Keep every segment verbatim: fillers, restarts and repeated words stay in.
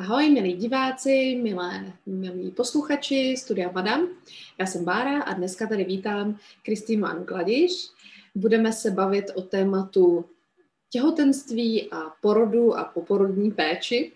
Ahoj, milí diváci, milé, milí posluchači Studia Madam. Já jsem Bára a dneska tady vítám Kristýnu Anu Gladiš. Budeme se bavit o tématu těhotenství a porodu a poporodní péči.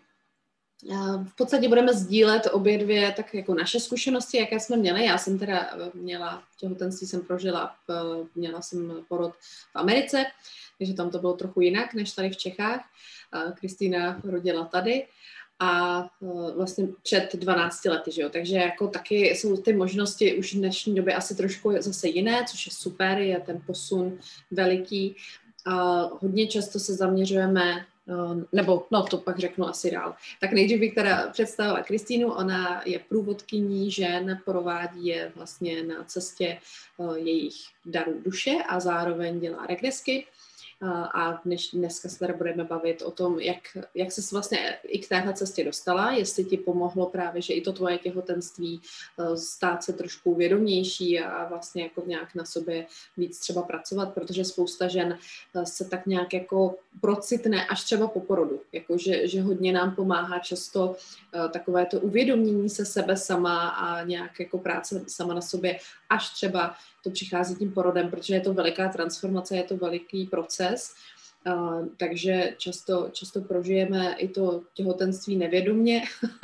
V podstatě budeme sdílet obě dvě tak jako naše zkušenosti, jaké jsme měli. Já jsem teda měla, těhotenství jsem prožila, měla jsem porod v Americe, takže tam to bylo trochu jinak než tady v Čechách. Kristýna rodila tady. A vlastně před dvanácti lety, že jo, takže jako taky jsou ty možnosti už v dnešní době asi trošku zase jiné, což je super, je ten posun veliký. A hodně často se zaměřujeme, nebo no to pak řeknu asi dál. Tak nejdřív bych teda představila Kristýnu, ona je průvodkyní žen, provádí je vlastně na cestě jejich darů duše a zároveň dělá regresky. A dnes, dneska se tady budeme bavit o tom, jak, jak ses vlastně i k téhle cestě dostala, jestli ti pomohlo právě, že i to tvoje těhotenství stát se trošku vědomější a vlastně jako nějak na sobě víc třeba pracovat, protože spousta žen se tak nějak jako procitne až třeba po porodu, jako že, že hodně nám pomáhá často takové to uvědomění se sebe sama a nějak jako práce sama na sobě, až třeba to přichází tím porodem, protože je to veliká transformace, je to veliký proces, uh, takže často, často prožijeme i to těhotenství nevědomě.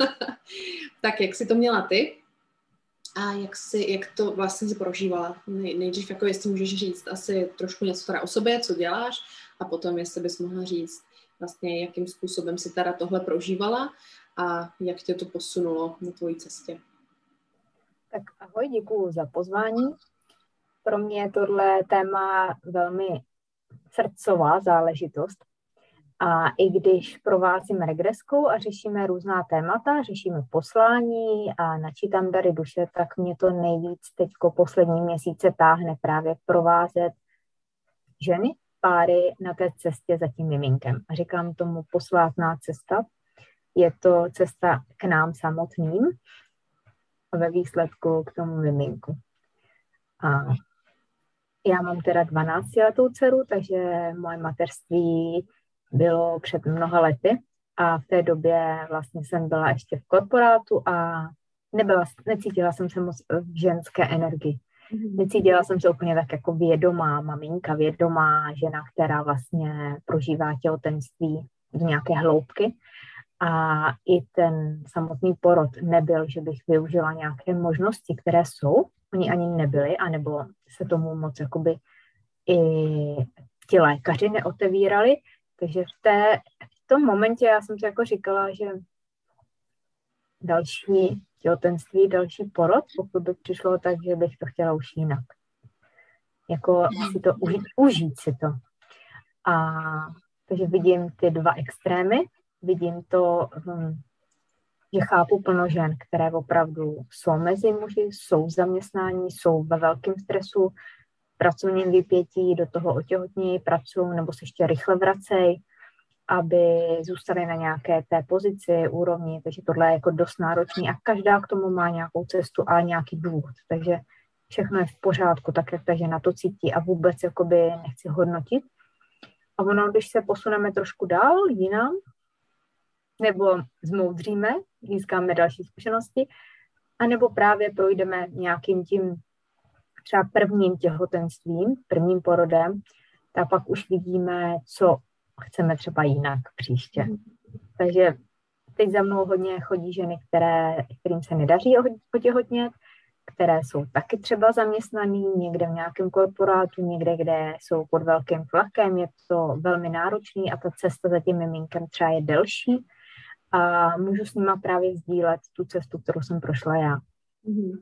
Tak jak jsi to měla ty? A jak, jsi, jak to vlastně si prožívala? Nej, nejdřív, jako jestli můžeš říct asi trošku něco teda o sobě, co děláš, a potom jestli bys mohla říct vlastně, jakým způsobem si teda tohle prožívala a jak tě to posunulo na tvojí cestě. Tak ahoj, děkuju za pozvání. Pro mě je tohle téma velmi srdcová záležitost. A i když provázíme regreskou a řešíme různá témata, řešíme poslání a načítám dary duše, tak mě to nejvíc teďko poslední měsíce táhne právě provázet ženy, páry na té cestě za tím miminkem. A říkám tomu posvátná cesta. Je to cesta k nám samotným a ve výsledku k tomu miminku. A já mám teda dvanáctiletou dceru, takže moje mateřství bylo před mnoha lety a v té době vlastně jsem byla ještě v korporátu a nebyla, necítila jsem se moc v ženské energii. Necítila jsem se úplně tak jako vědomá maminka, vědomá žena, která vlastně prožívá těhotenství v nějaké hloubky. A i ten samotný porod nebyl, že bych využila nějaké možnosti, které jsou, oni ani nebyly, anebo se tomu moc jakoby i ti lékaři neotevírali. Takže v, té, v tom momentě já jsem si jako říkala, že další těhotenství, další porod, pokud by přišlo tak, že bych to chtěla už jinak. Jako si to užít, užít si to. A takže vidím ty dva extrémy, vidím to, že chápu plno žen, které opravdu jsou mezi muži, jsou v zaměstnání, jsou ve velkém stresu, pracovním vypětí, do toho otěhotněji pracují nebo se ještě rychle vracejí, aby zůstali na nějaké té pozici, úrovni, takže tohle je jako dost náročný a každá k tomu má nějakou cestu a nějaký důvod, takže všechno je v pořádku, tak jak ta žena to cítí a vůbec jakoby nechci hodnotit. A ono, když se posuneme trošku dál, jinam, nebo zmoudříme, získáme další zkušenosti, anebo právě projdeme nějakým tím třeba prvním těhotenstvím, prvním porodem, tak pak už vidíme, co chceme třeba jinak příště. Takže teď za mnou hodně chodí ženy, které, kterým se nedaří otěhotnět, které jsou taky třeba zaměstnaný někde v nějakém korporátu, někde, kde jsou pod velkým tlakem, je to velmi náročný a ta cesta za tím miminkem třeba je delší. A můžu s nima právě sdílet tu cestu, kterou jsem prošla já. Mm-hmm.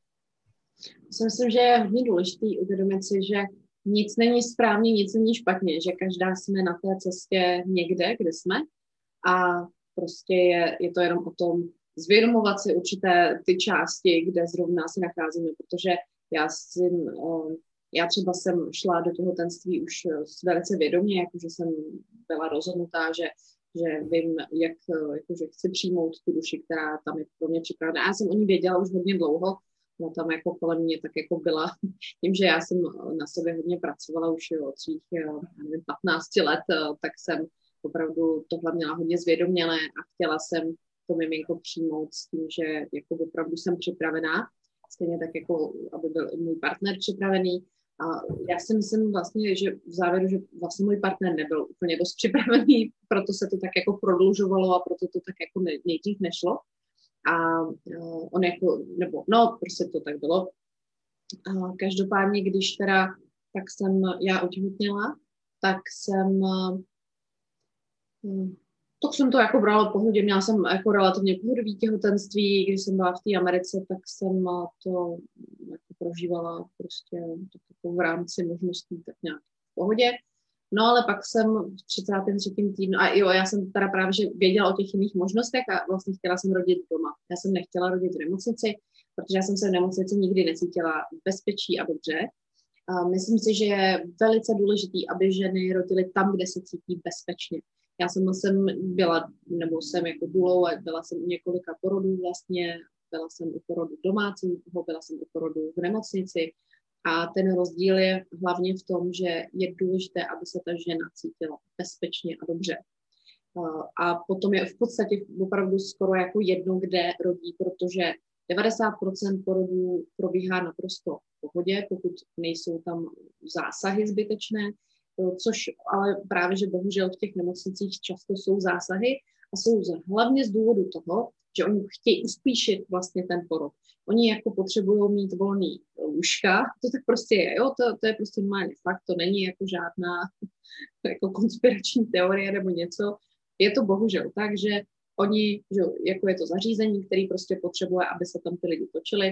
Myslím, že je hodně důležité uvědomit si, že nic není správně, nic není špatně, že každá jsme na té cestě někde, kde jsme a prostě je, je to jenom o tom zvědomovat si určité ty části, kde zrovna se nacházíme, protože já, si, já třeba jsem šla do těhotenství už velice vědomě, jakože jsem byla rozhodnutá, že že vím, jak jakože chci přijmout tu duši, která tam je pro mě připravená. Já jsem o ní věděla už hodně dlouho, no tam jako kolem mě tak jako byla, tím, že já jsem na sobě hodně pracovala už od svých nevím, patnácti let, tak jsem opravdu tohle měla hodně zvědomělé a chtěla jsem to miminko přijmout s tím, že jako opravdu jsem připravená, stejně tak jako, aby byl můj partner připravený. A já si myslím vlastně, že v závěru, že vlastně můj partner nebyl úplně dost připravený, proto se to tak jako prodlužovalo a proto to tak jako nejdřív nešlo. A on jako, nebo no, prostě to tak bylo. A každopádně, když teda, tak jsem já otěhotněla, tak jsem, tak jsem to jako brala v pohodě, měla jsem jako relativně pohodový těhotenství, když jsem byla v té Americe, tak jsem to jako prožívala prostě tak jako v rámci možností tak nějak v pohodě. No ale pak jsem v třicátém třetím týdnu, a jo, já jsem teda právě že věděla o těch jiných možnostech a vlastně chtěla jsem rodit doma. Já jsem nechtěla rodit v nemocnici, protože já jsem se v nemocnici nikdy necítila v bezpečí a dobře. A myslím si, že je velice důležitý, aby ženy rodily tam, kde se cítí bezpečně. Já jsem, jsem byla, nebo jsem jako důlou a byla jsem u několika porodů vlastně, byla jsem u porodu domácího, byla jsem u porodu v nemocnici. A ten rozdíl je hlavně v tom, že je důležité, aby se ta žena cítila bezpečně a dobře. A potom je v podstatě opravdu skoro jako jedno, kde rodí, protože devadesát procent porodů probíhá naprosto v pohodě, pokud nejsou tam zásahy zbytečné, což ale právě, že bohužel v těch nemocnicích často jsou zásahy a jsou hlavně z důvodu toho, že oni chtějí uspíšit vlastně ten porod. Oni jako potřebují mít volný lůžka, to tak prostě je, jo, to, to je prostě normální fakt, to není jako žádná jako konspirační teorie nebo něco. Je to bohužel tak, že oni, že jako je to zařízení, který prostě potřebuje, aby se tam ty lidi točili.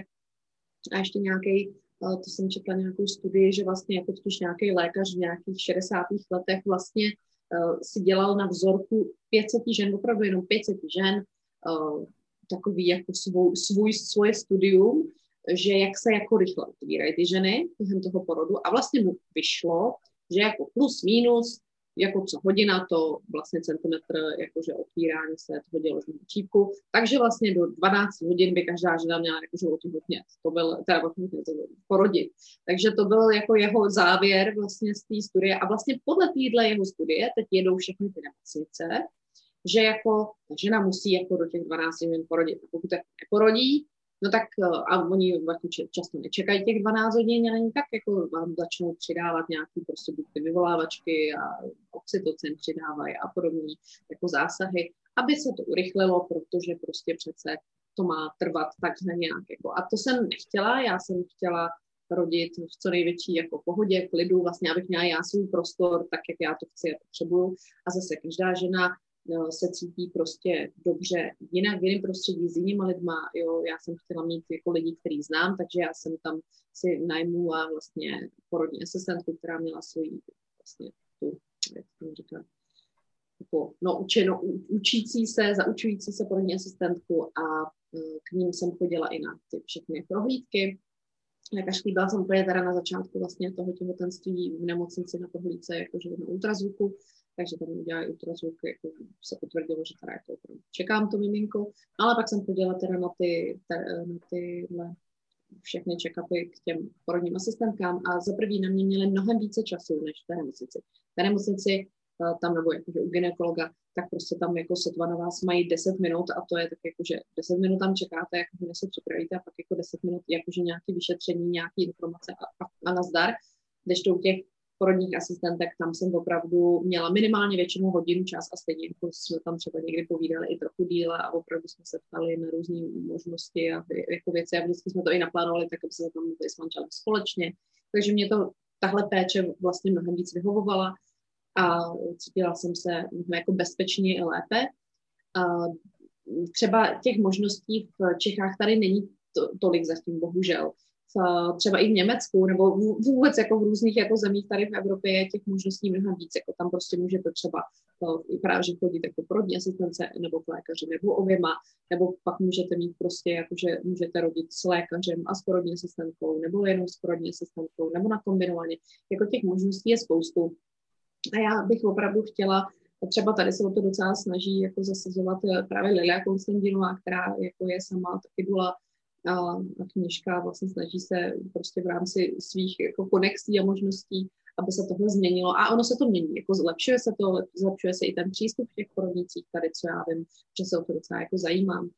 A ještě nějaký, to jsem četla nějakou studii, že vlastně jako totiž nějaký lékař v nějakých šedesátých letech vlastně uh, si dělal na vzorku pět set žen, opravdu jenom pět set žen, uh, takový jako svůj, svůj, svoje studium, že jak se jako rychle otvírají ty ženy během toho porodu a vlastně mu vyšlo, že jako plus minus, jako co hodina to vlastně centimetr jakože otvírání se toho děložního čípku, takže vlastně do dvanáct hodin by každá žena měla jakože otěhotnět, to byl, teda otěhotnět, to byl porodit. Takže to byl jako jeho závěr vlastně z té studie a vlastně podle téhle jeho studie teď jedou všechny ty nemocnice, že jako ta žena musí jako do těch dvanácti hodin porodit. A pokud tak neporodí, no tak a oni jako často nečekají těch dvanáct hodin, ale tak jako vám začnou přidávat nějaký prostě buď ty vyvolávačky a oxytocin přidávají a podobné jako zásahy, aby se to urychlilo, protože prostě přece to má trvat takhle nějak. Jako. A to jsem nechtěla, já jsem chtěla rodit v co největší jako pohodě, klidu, vlastně abych měla já svůj prostor, tak jak já to chci a potřebuju. A zase každá žena se cítí prostě dobře jinak v jiném prostředí s jinýma lidma, jo, já jsem chtěla mít jako lidi, který znám, takže já jsem tam si najmula vlastně porodní asistentku, která měla svoji vlastně tu, jak jsem říkala, jako, no, učeno, učící se, zaučující se porodní asistentku a k ním jsem chodila i na ty všechny prohlídky. Lékařský byla jsem úplně teda na začátku vlastně toho těhotenství v nemocnici na prohlídce, jakože na ultrazvuku, takže tam udělali ultrazvuk, jako se potvrdilo, že teda je to opravdu čekám to miminko, ale pak jsem chodila teda na ty, na tyhle všechny check-upy k těm porodním asistentkám a za první na mě měli mnohem více času než v té nemocnici. V té nemocnici tam, nebo jakože u gynekologa, tak prostě tam jako sotva na vás mají deset minut a to je tak jakože deset minut tam čekáte, jakože než se připravíte a pak jako deset minut jakože nějaké vyšetření, nějaké informace a, a, a nazdar, kdežto u těch porodních asistentek, tam jsem opravdu měla minimálně většinu hodinu čas a stejně jako jsme tam třeba někdy povídali i trochu díle a opravdu jsme se ptali na různé možnosti a jako věci a vždycky jsme to i naplánovali, tak aby se tam mohli s manželem společně. Takže mě to tahle péče vlastně mnohem víc vyhovovala a cítila jsem se jako bezpečně i lépe. A třeba těch možností v Čechách tady není to, tolik zatím, bohužel. Třeba i v Německu nebo vůbec jako v různých jako zemích tady v Evropě je těch možností mnohem víc, jako tam prostě můžete třeba i právě že chodit jako porodní asistence nebo k lékaři nebo oběma, nebo pak můžete mít prostě jako, že můžete rodit s lékařem a s porodní asistentkou nebo jenom s porodní asistentkou nebo nakombinovaně. Jako těch možností je spoustu. A já bych opravdu chtěla, třeba tady se o to docela snaží jako zasazovat právě Lilia Konstantinová, která jako je sama taky byla a knížka vlastně snaží se prostě v rámci svých jako konexí a možností aby se tohle změnilo. A ono se to mění, jako zlepšuje se to, zlepšuje se i ten přístup v těch porodnicích, tady co já vím, že se o to docela jako zajímám.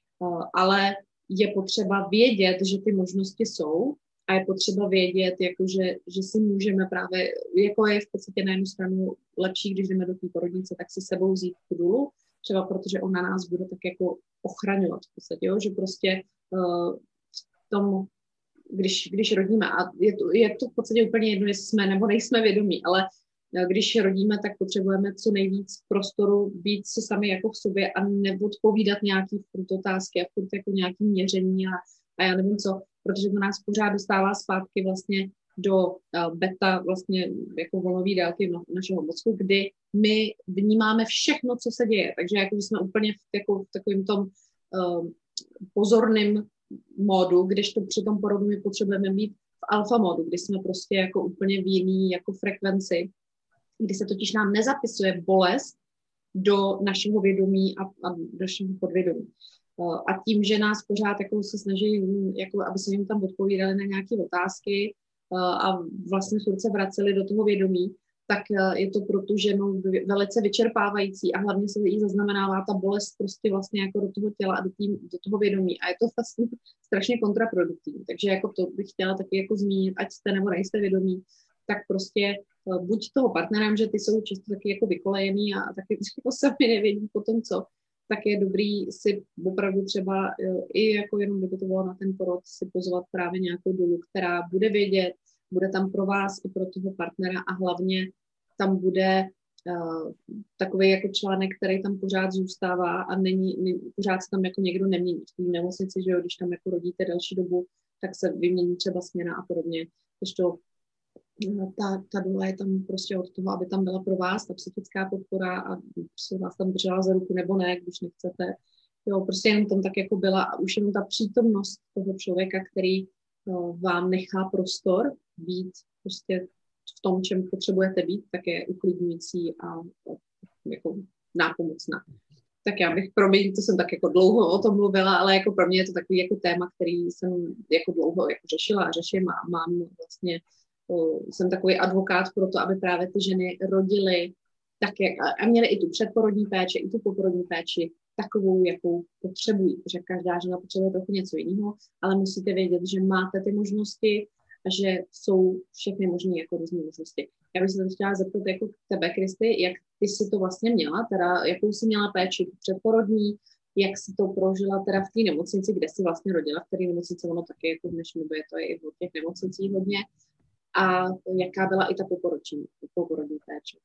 Ale je potřeba vědět, že ty možnosti jsou a je potřeba vědět, jako že, že si můžeme právě, jako je v podstatě na jednu stranu lepší, když jdeme do té porodnice, tak si sebou vzít tu dulu, třeba protože ona nás bude tak jako ochraňovat v podstatě, jo? Že prostě uh, v tom, když, když rodíme, a je to, je to v podstatě úplně jedno, jestli jsme nebo nejsme vědomí, ale když rodíme, tak potřebujeme co nejvíc prostoru být si sami jako v sobě a neodpovídat nějaký furt otázky a furt jako nějaký měření a, a já nevím co, protože to nás pořád dostává zpátky vlastně do uh, beta vlastně jako vlnové délky no, našeho mozku, kdy my vnímáme všechno, co se děje, takže jako jsme úplně v, jako, v takovém tom uh, pozorném módu, když to při tom porodu my potřebujeme být v alfa módu, kdy jsme prostě jako úplně v jiný jako frekvenci, kdy se totiž nám nezapisuje bolest do našeho vědomí a, a do našeho podvědomí. A tím, že nás pořád jako se snaží, jako, aby se jim tam odpovídali na nějaké otázky a vlastně furt se vraceli do toho vědomí, tak je to proto, že no, velice vyčerpávající a hlavně se jí zaznamenává ta bolest prostě vlastně jako do toho těla a do, tým, do toho vědomí a je to vlastně strašně kontraproduktivní. Takže jako to bych chtěla taky jako zmínit, ať jste nebo nejste vědomí, tak prostě buď toho partnerem, že ty jsou často taky jako vykolejený a taky jako sami nevědí potom co, tak je dobrý si opravdu třeba i jako jenom kdyby to bylo na ten porod si pozvat právě nějakou dulu, která bude vědět, bude tam pro vás i pro toho partnera a hlavně tam bude uh, takový jako článek, který tam pořád zůstává a není, ne, pořád se tam jako někdo nemění. V té nemocnici, že jo, když tam jako rodíte další dobu, tak se vymění třeba směna a podobně. Když to ta, ta dula je tam prostě od toho, aby tam byla pro vás ta psychická podpora a se vás tam držela za ruku nebo ne, když nechcete. Jo, prostě jenom tam tak jako byla a už jenom ta přítomnost toho člověka, který no, vám nechá prostor být prostě v tom, čem potřebujete být, tak je uklidňující a, a jako nápomocná. Tak já bych, pro mě, to jsem tak jako dlouho o tom mluvila, ale jako pro mě je to takový jako téma, který jsem jako dlouho jako řešila a řeším a mám vlastně jsem takový advokát pro to, aby právě ty ženy rodily tak, jak, a měly i tu předporodní péči, i tu poporodní péči takovou, jakou potřebují, protože každá žena potřebuje trochu něco jiného, ale musíte vědět, že máte ty možnosti a že jsou všechny možné jako různé možnosti. Já bych se to chtěla zeptat jako tebe, Kristy, jak ty jsi to vlastně měla, teda jakou jsi měla péči předporodní, jak jsi to prožila teda v té nemocnici, kde jsi vlastně rodila, v které nemocnici, ono taky jako v dnešní době to je i v těch nemocnicích hodně, a jaká byla i ta poporodní, poporodní péče.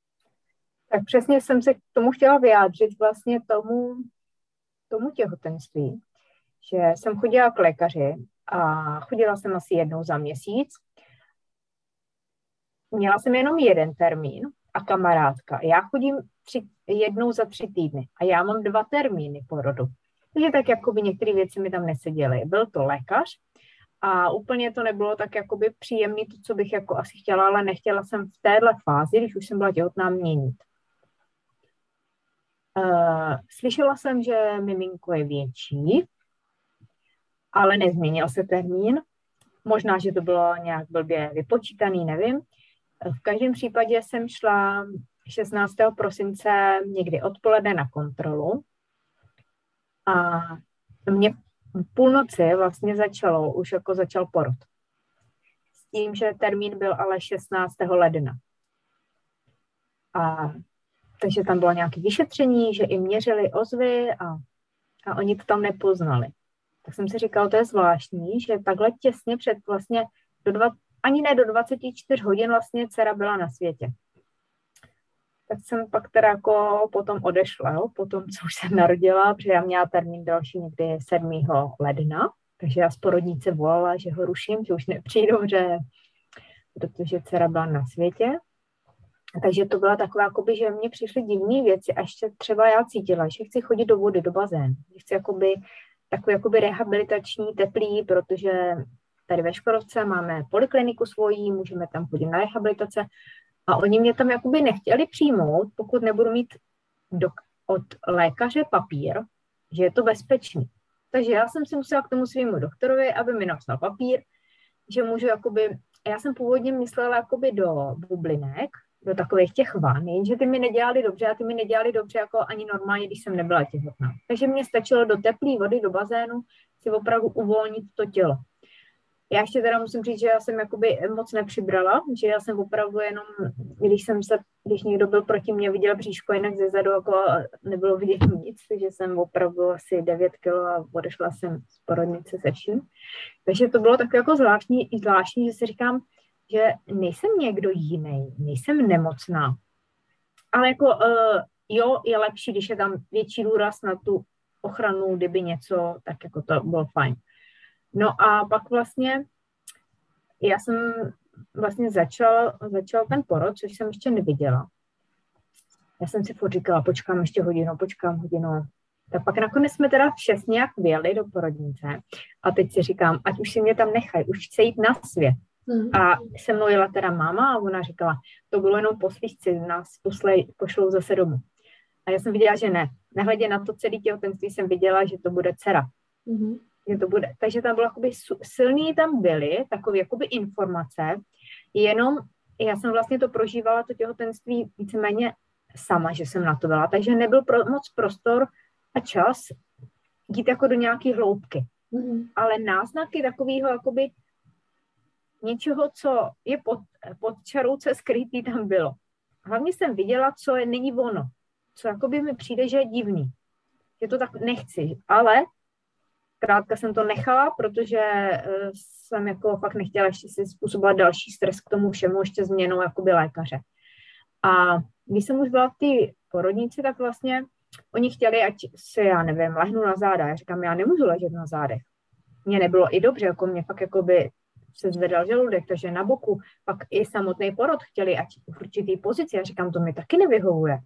Tak přesně jsem se k tomu chtěla vyjádřit vlastně tomu, tomu těhotenství, že jsem chodila k lékaři a chodila jsem asi jednou za měsíc. Měla jsem jenom jeden termín a kamarádka. Já chodím tři, jednou za tři týdny a já mám dva termíny porodu. Takže tak jakoby některé věci mi tam neseděly. Byl to lékař a úplně to nebylo tak jakoby příjemný, to, co bych jako asi chtěla, ale nechtěla jsem v téhle fázi, když už jsem byla těhotná, měnit. Uh, slyšela jsem, že miminko je větší, ale nezměnil se termín. Možná, že to bylo nějak blbě vypočítaný, nevím. V každém případě jsem šla šestnáctého prosince někdy odpoledne na kontrolu a mě v půlnoci vlastně začalo, už jako začal porod. S tím, že termín byl ale šestnáctého ledna. A takže tam bylo nějaké vyšetření, že i měřili ozvy a, a oni to tam nepoznali. Tak jsem si říkala, to je zvláštní, že takhle těsně před vlastně do dva, ani ne do dvacet čtyři hodin vlastně dcera byla na světě. Tak jsem pak teda jako potom odešla, jo, potom, co už jsem narodila, protože já měla termín další někdy sedmého ledna, takže já z porodnice volala, že ho ruším, že už nepřijdu, že, protože dcera byla na světě. Takže to byla taková, jakoby, že mně přišly divné věci a ještě třeba já cítila, že chci chodit do vody, do bazénu. Že chci jakoby, takový jakoby rehabilitační, teplý, protože tady ve Škodovce máme polikliniku svojí, můžeme tam chodit na rehabilitace a oni mě tam jakoby nechtěli přijmout, pokud nebudu mít do, od lékaře papír, že je to bezpečný. Takže já jsem si musela k tomu svýmu doktorovi, aby mi napsal papír, že můžu jakoby já jsem původně myslela jakoby do bublinek, do takových těch van, jenže ty mi nedělali dobře a ty mi nedělali dobře jako ani normálně, když jsem nebyla těhotná. Takže mě stačilo do teplé vody, do bazénu si opravdu uvolnit to tělo. Já ještě teda musím říct, že já jsem jakoby moc nepřibrala, že já jsem opravdu jenom, když jsem se, když někdo byl proti mě, viděl bříško, jinak ze zadu jako nebylo vidět nic, takže jsem opravdu asi devět kilo a odešla jsem z porodnice se vším. Takže to bylo tak jako zvláštní, zvláštní, že si říkám, že nejsem někdo jiný, nejsem nemocná, ale jako uh, jo, je lepší, když je tam větší důraz na tu ochranu, kdyby něco, tak jako to bylo fajn. No a pak vlastně já jsem vlastně začal, začal ten porod, což jsem ještě neviděla. Já jsem si furt říkala, počkám ještě hodinu, počkám hodinu. Tak pak nakonec jsme teda v šest nějak vyjeli do porodnice a teď si říkám, ať už si mě tam nechají, už chce jít na svět. Mm. A se mnou jela teda máma a ona říkala, to bylo jenom poslíčci, nás poslej, pošlou zase domů. A já jsem viděla, že ne. Nehledě na to celé těhotenství jsem viděla, že to bude dcera. Mm. Že to bude. Takže tam bylo jakoby silný tam byly, takové jakoby informace, jenom já jsem vlastně to prožívala, to těhotenství víceméně sama, že jsem na to byla, takže nebyl pro, moc prostor a čas jít jako do nějaké hloubky. Mm. Ale náznaky takového jakoby něčeho, co je pod, pod čarou, co je skrytý, tam bylo. Hlavně jsem viděla, co je, není ono. Co jakoby mi přijde, že je divný. Že to tak nechci, ale zkrátka jsem to nechala, protože uh, jsem jako fakt nechtěla ještě si způsobovat další stres k tomu všemu, ještě změnou jakoby lékaře. A když jsem už byla v té porodnici, tak vlastně oni chtěli, ať se, já nevím, lehnu na záda. Já říkám, já nemůžu ležet na zádech. Mně nebylo i dobře, jako mě fakt jakoby se zvedal žaludek, takže na boku, pak i samotný porod chtěli, ať v určitý pozici. Já říkám, to mi taky nevyhovuje.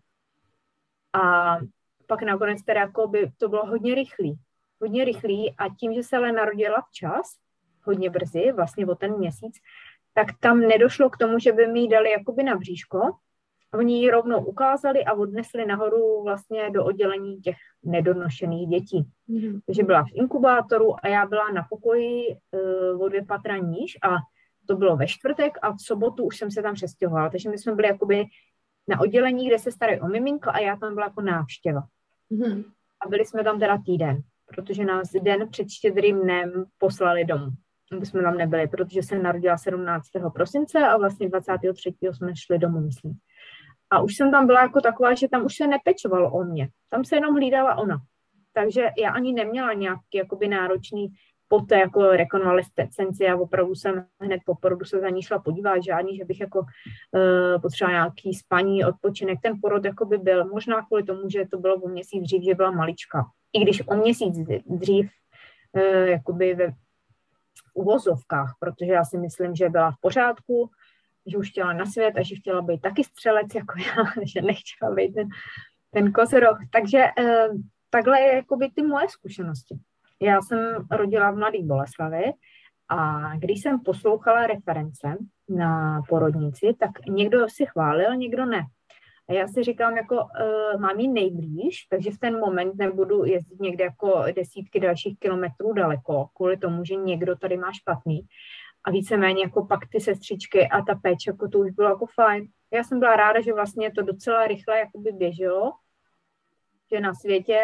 A pak nakonec teda jakoby to bylo hodně rychlý. hodně rychlý a tím, že se ale narodila včas, hodně brzy, vlastně o ten měsíc, tak tam nedošlo k tomu, že by mi ji dali jakoby na bříško. Oni ji rovnou ukázali a odnesli nahoru vlastně do oddělení těch nedonošených dětí. Mm. Takže byla v inkubátoru a já byla na pokoji uh, o dvě patra níž a to bylo ve čtvrtek a v sobotu už jsem se tam přestěhovala. Takže my jsme byli jakoby na oddělení, kde se starají o miminko a já tam byla jako návštěva. Mm. A byli jsme tam teda týden, protože nás den před štědrým dnem poslali domů. My jsme tam nebyli, protože jsem narodila sedmnáctého prosince a vlastně dvacátého třetího jsme šli domů, myslím. A už jsem tam byla jako taková, že tam už se nepečovalo o mě. Tam se jenom hlídala ona. Takže já ani neměla nějaký jakoby náročný poté jako rekonvalescenci. Já opravdu jsem hned po porodu se za ní šla podívat, žádný, že bych jako uh, potřebovala nějaký spaní, odpočinek. Ten porod jakoby byl možná kvůli tomu, že to bylo o měsíc dřív, že byla malička. I když o měsíc dřív uh, jakoby ve uvozovkách, protože já si myslím, že byla v pořádku, že už chtěla na svět a že chtěla být taky střelec jako já, že nechtěla být ten, ten kozoroch. Takže eh, takhle je jakoby ty moje zkušenosti. Já jsem rodila v Mladé Boleslavi a když jsem poslouchala reference na porodnici, tak někdo si chválil, někdo ne. A já si říkám, jako uh, mám ji nejblíž, takže v ten moment nebudu jezdit někde jako desítky dalších kilometrů daleko, kvůli tomu, že někdo tady má špatný. A víceméně jako pak ty sestřičky a ta péče, jako to už bylo jako fajn. Já jsem byla ráda, že vlastně to docela rychle jakoby běželo, že na světě,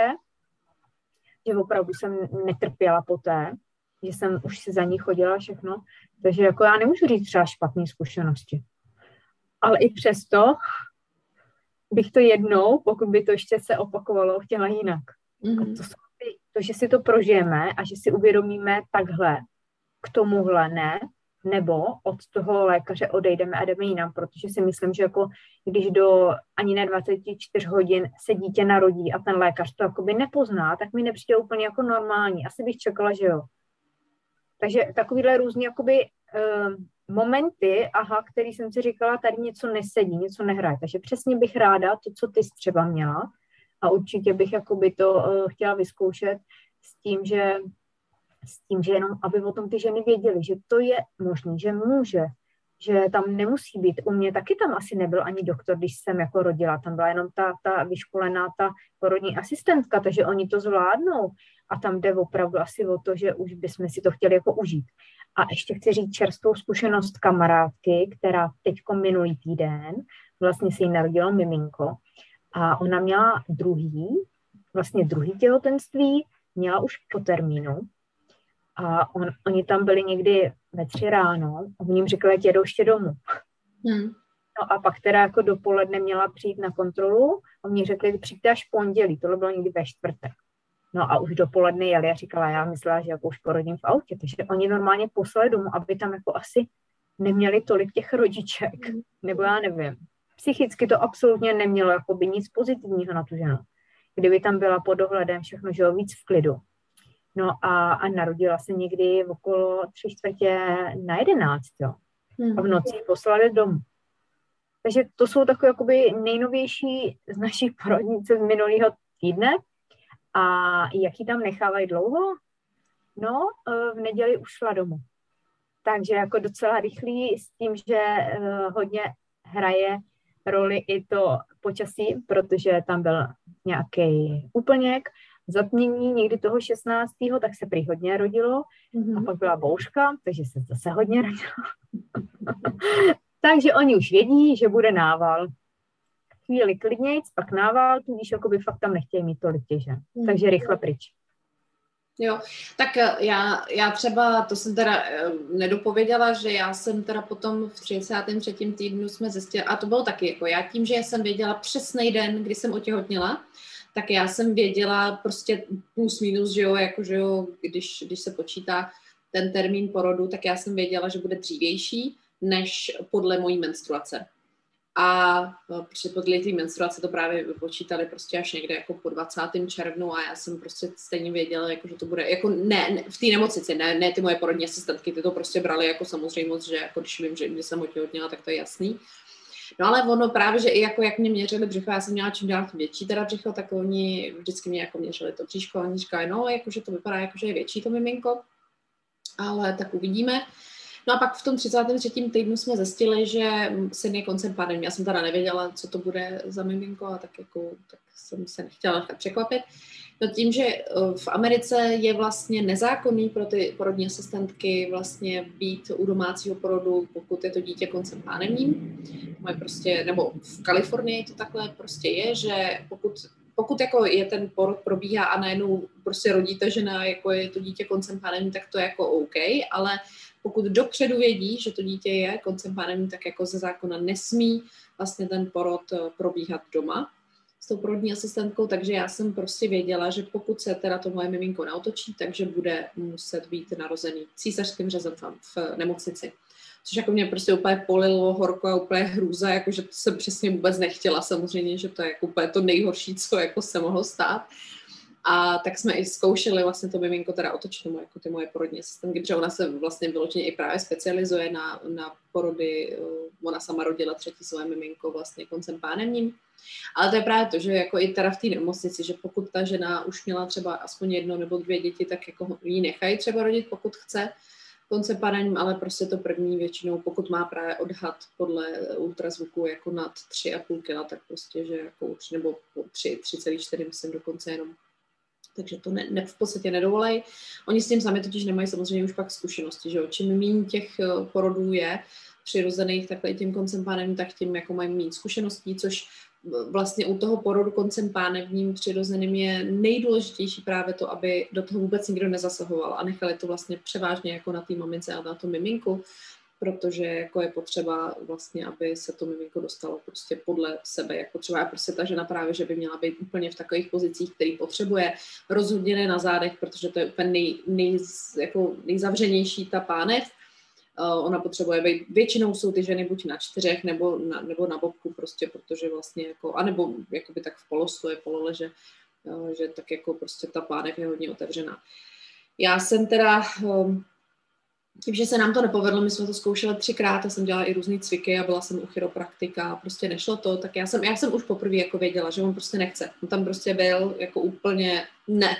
že opravdu jsem netrpěla poté, že jsem už si za ní chodila všechno. Takže jako já nemůžu říct třeba špatné zkušenosti. Ale i přesto bych to jednou, pokud by to ještě se opakovalo, chtěla jinak. Mm. A to, to, že si to prožijeme a že si uvědomíme takhle, k tomuhle ne, nebo od toho lékaře odejdeme a jdeme jinam, protože si myslím, že jako když do ani ne dvacet čtyři hodin se dítě narodí a ten lékař to jakoby nepozná, tak mi nepřijde úplně jako normální. Asi bych čekala, že jo. Takže takovýhle různý jakoby uh, momenty, aha, který jsem si říkala, tady něco nesedí, něco nehraje. Takže přesně bych ráda to, co ty jsi třeba měla a určitě bych jakoby to uh, chtěla vyzkoušet s tím, že s tím, že jenom, aby o tom ty ženy věděly, že to je možné, že může, že tam nemusí být. U mě taky tam asi nebyl ani doktor, když jsem jako rodila, tam byla jenom ta, ta vyškolená, ta porodní asistentka, takže oni to zvládnou a tam jde opravdu asi o to, že už bychom si to chtěli jako užít. A ještě chci říct čerstvou zkušenost kamarádky, která teďko minulý týden vlastně si jí narodilo miminko a ona měla druhý, vlastně druhý těhotenství, měla už po termínu a on, oni tam byli někdy ve tři ráno a oni jim řekli, ať jedou ještě domů. Hmm. No a pak teda jako dopoledne měla přijít na kontrolu a oni řekli, přijďte až pondělí, tohle bylo někdy ve čtvrtek. No a už dopoledne jeli a říkala, já myslela, že jako už porodím v autě, takže oni normálně poslali domů, aby tam jako asi neměli tolik těch rodiček, nebo já nevím. Psychicky to absolutně nemělo jakoby nic pozitivního na tu ženu. Kdyby tam byla pod dohledem všechno, že jo, víc v klidu. No a, a narodila se někdy okolo tři čtvrtě na jedenáct, jo. A v noci poslali domů. Takže to jsou takové jakoby nejnovější z našich porodnice z minulého týdne. A jaký tam nechávají dlouho? No, v neděli už šla domů. Takže jako docela rychlý s tím, že hodně hraje roli i to počasí, protože tam byl nějaký úplněk, zatmění někdy toho šestnáctého tak se prý hodně rodilo. Mm-hmm. A pak byla bouřka, takže se zase hodně rodilo. Takže oni už vědí, že bude nával. Chvíli klidnějc, pak nával, tudíž jakoby fakt tam nechtějí mít tolik těžen. Mm. Takže rychle pryč. Jo, tak já, já třeba, to jsem teda nedopověděla, že já jsem teda potom v třicátém třetím týdnu jsme zjistili, a to bylo taky jako já tím, že jsem věděla přesný den, kdy jsem otěhotněla, tak já jsem věděla prostě plus minus, že jo, jako že jo, když, když se počítá ten termín porodu, tak já jsem věděla, že bude dřívější, než podle mojí menstruace. A při podle té menstruace to právě vypočítali prostě až někde jako po dvacátém červnu a já jsem prostě stejně věděla, jako, že to bude, jako ne, ne v té nemocnici, ne, ne ty moje porodní asistentky, ty to prostě brali jako samozřejmost, že jako když vím, že když jsem otěhotněla, tak to je jasný. No ale ono právě, že i jako jak mě měřili břicho, já jsem měla čím dál tím větší teda břicho, tak oni vždycky mě jako měřili to bříško a oni říkali, no, jakože to vypadá jako, že je větší to miminko, ale tak uvidíme. No a pak v tom třicátém třetím týdnu jsme zjistili, že syn je koncem pádem. Já jsem teda nevěděla, co to bude za miminko a tak, jako, tak jsem se nechtěla nechat překvapit. No tím, že v Americe je vlastně nezákonný pro ty porodní asistentky vlastně být u domácího porodu, pokud je to dítě koncem pánevním. Prostě, nebo v Kalifornii to takhle prostě je, že pokud, pokud jako je ten porod probíhá a najednou prostě rodí ta žena, jako je to dítě koncem pánevním, tak to je jako OK, ale pokud dopředu vědí, že to dítě je koncem pánevním, tak jako ze zákona nesmí vlastně ten porod probíhat doma s tou porodní asistentkou, takže já jsem prostě věděla, že pokud se teda to moje miminko neotočí, takže bude muset být narozený císařským řezem v nemocnici. Což jako mě prostě úplně polilo horko a úplně hrůza, jakože to jsem přesně vůbec nechtěla, samozřejmě, že to je jako úplně to nejhorší, co jako se mohlo stát. A tak jsme i zkoušeli vlastně to miminko teda otočit, jako ty moje porodní asistentky, protože ona se vlastně vyloženě i právě specializuje na, na porody, ona sama rodila třetí svoje miminko vlastně koncem pánevním. Ale to je právě to, že jako i teda v té nemocnici, že pokud ta žena už měla třeba aspoň jedno nebo dvě děti, tak jako ji nechají třeba rodit, pokud chce koncem pánevním, ale prostě to první většinou, pokud má právě odhad podle ultrazvuku jako nad tři a půl kila, tak prostě, že jako už, nebo tři, tři celá čtyři myslím dokonce jenom. Takže to ne, ne, v podstatě nedovolej. Oni s tím sami totiž nemají samozřejmě už pak zkušenosti, že jo. Čím méně těch porodů je přirozených takhle tím koncem pánevním, tak tím jako mají méně zkušeností, což vlastně u toho porodu koncem pánevním přirozeným je nejdůležitější právě to, aby do toho vůbec nikdo nezasahoval a nechali to vlastně převážně jako na té mamince a na tom miminku, protože jako je potřeba vlastně, aby se to miminko dostalo prostě podle sebe, jako třeba prostě ta žena právě, že by měla být úplně v takových pozicích, který potřebuje, rozhodně ne na zádech, protože to je úplně nej, nej, jako nejzavřenější ta pánev. Uh, ona potřebuje být, většinou jsou ty ženy buď na čtyřech, nebo na, nebo na bobku prostě, protože vlastně jako, anebo jakoby tak v polostoje, pololeže, uh, že tak jako prostě ta pánev je hodně otevřená. Já jsem teda... Um, Tím, že se nám to nepovedlo, my jsme to zkoušeli třikrát, já jsem dělala i různý cviky a byla jsem u chiropraktika a prostě nešlo to, tak já jsem, já jsem už poprvé jako věděla, že on prostě nechce. On tam prostě byl jako úplně ne.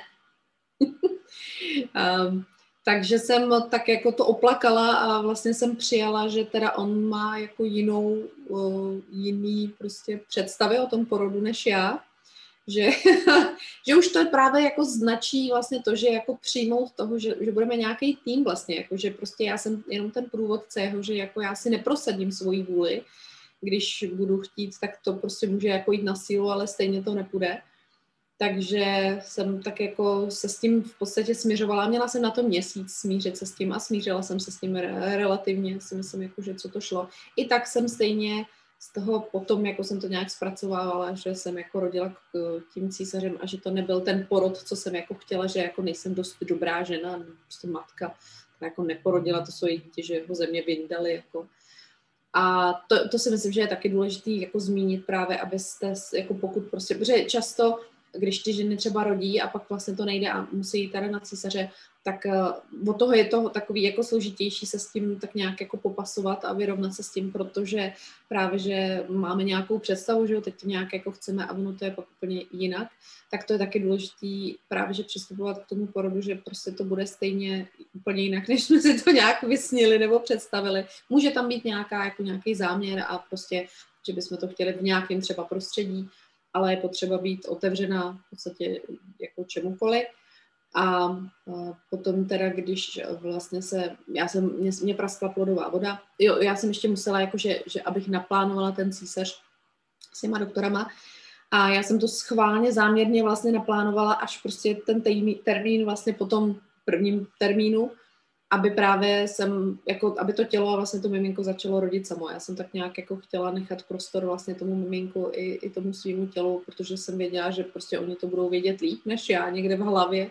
um, takže jsem tak jako to oplakala a vlastně jsem přijala, že teda on má jako jinou, uh, jiný prostě představy o tom porodu než já. že, že už to je právě jako značí vlastně to, že jako přijmout toho, že, že budeme nějaký tým vlastně, jako že prostě já jsem jenom ten průvodce jeho, že jako já si neprosadím svoji vůli, když budu chtít, tak to prostě může jako jít na sílu, ale stejně to nepůjde. Takže jsem tak jako se s tím v podstatě směřovala. Měla jsem na to měsíc smířit se s tím a smířila jsem se s tím relativně, si myslím, jako, že co to šlo. I tak jsem stejně z toho potom, jako jsem to nějak zpracovávala, že jsem jako rodila k tím císařem a že to nebyl ten porod, co jsem jako chtěla, že jako nejsem dost dobrá žena, prostě matka, která jako neporodila to svoje dítě, že ho ze mě vyndali, jako. A to, to si myslím, že je taky důležité jako zmínit právě, abyste, jako pokud prostě, protože často, když ty ženy třeba rodí a pak vlastně to nejde a musí jít tady na císaře, tak uh, od toho je to takový jako složitější se s tím tak nějak jako popasovat a vyrovnat se s tím, protože právě, že máme nějakou představu, že jo, teď to nějak jako chceme a ono to je pak úplně jinak, tak to je taky důležitý právě, že přistupovat k tomu porodu, že prostě to bude stejně úplně jinak, než jsme si to nějak vysnili nebo představili. Může tam být nějaká, jako nějaký záměr a prostě, že bychom to chtěli v nějakém třeba prostředí, ale je potřeba být otevřená v podstatě jako čemukoliv. A potom teda, když vlastně se, já jsem, mě, mě praskla plodová voda, jo, já jsem ještě musela, jakože, že abych naplánovala ten císař s těma doktorama a já jsem to schválně, záměrně vlastně naplánovala až prostě ten termín vlastně po tom prvním termínu, aby právě jsem, jako, aby to tělo a vlastně to miminko začalo rodit samo. Já jsem tak nějak jako chtěla nechat prostor vlastně tomu miminku i, i tomu svýmu tělu, protože jsem věděla, že prostě oni to budou vědět líp než já někde v hlavě.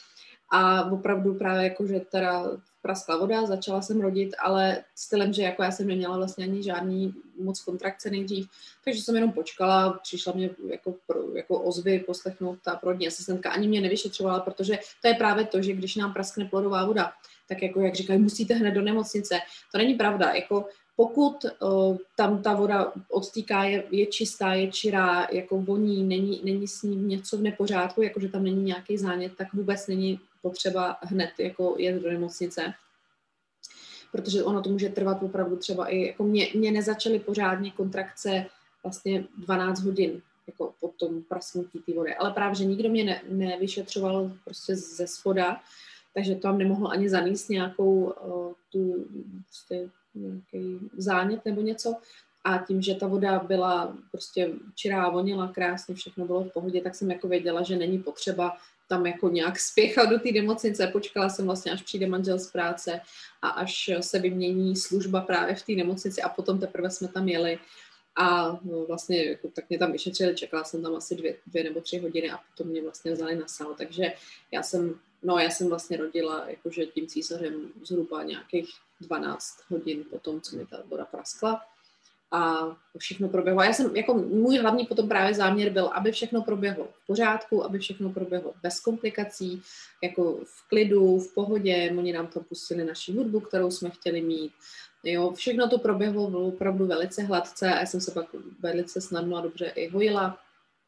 A opravdu právě jako, že teda praskla voda, začala jsem rodit, ale stylem, že jako já jsem neměla vlastně ani žádný moc kontrakce nejdřív, takže jsem jenom počkala, přišla mě jako, jako ozvy poslechnout ta porodní asistentka, ani mě nevyšetřovala, protože to je právě to, že když nám praskne plodová voda, tak jako jak říkají, musíte hned do nemocnice. To není pravda, jako pokud uh, tam ta voda odtýká, je, je čistá, je čirá, jako voní, není, není s ním něco v nepořádku, jakože tam není nějaký zánět, tak vůbec není potřeba hned jako jet do nemocnice. Protože ono to může trvat opravdu třeba i, jako mě, mě nezačaly pořádně kontrakce vlastně dvanáct hodin, jako po tom prasknutí té vody. Ale právě, že nikdo mě ne, nevyšetřoval prostě ze spoda, takže tam nemohl ani zanést nějakou uh, tu prostě nějaký zánět nebo něco. A tím, že ta voda byla prostě čirá, vonila krásně, všechno bylo v pohodě, tak jsem jako věděla, že není potřeba tam jako nějak spěchat do té nemocnice. Počkala jsem vlastně, až přijde manžel z práce a až se vymění služba právě v té nemocnici a potom teprve jsme tam jeli. A no, vlastně jako, tak mě tam vyšetřili, čekala jsem tam asi dvě, dvě nebo tři hodiny a potom mě vlastně vzali na sál. Takže já jsem, no já jsem vlastně rodila jakože tím císařem zhruba nějakých dvanáct hodin potom, co mi ta voda praskla. A všechno proběhlo. Já jsem, jako můj hlavní potom právě záměr byl, aby všechno proběhlo v pořádku, aby všechno proběhlo bez komplikací, jako v klidu, v pohodě. Oni nám tam pustili naši hudbu, kterou jsme chtěli mít. Jo, všechno to proběhlo opravdu velice hladce a já jsem se pak velice snadno a dobře i hojila.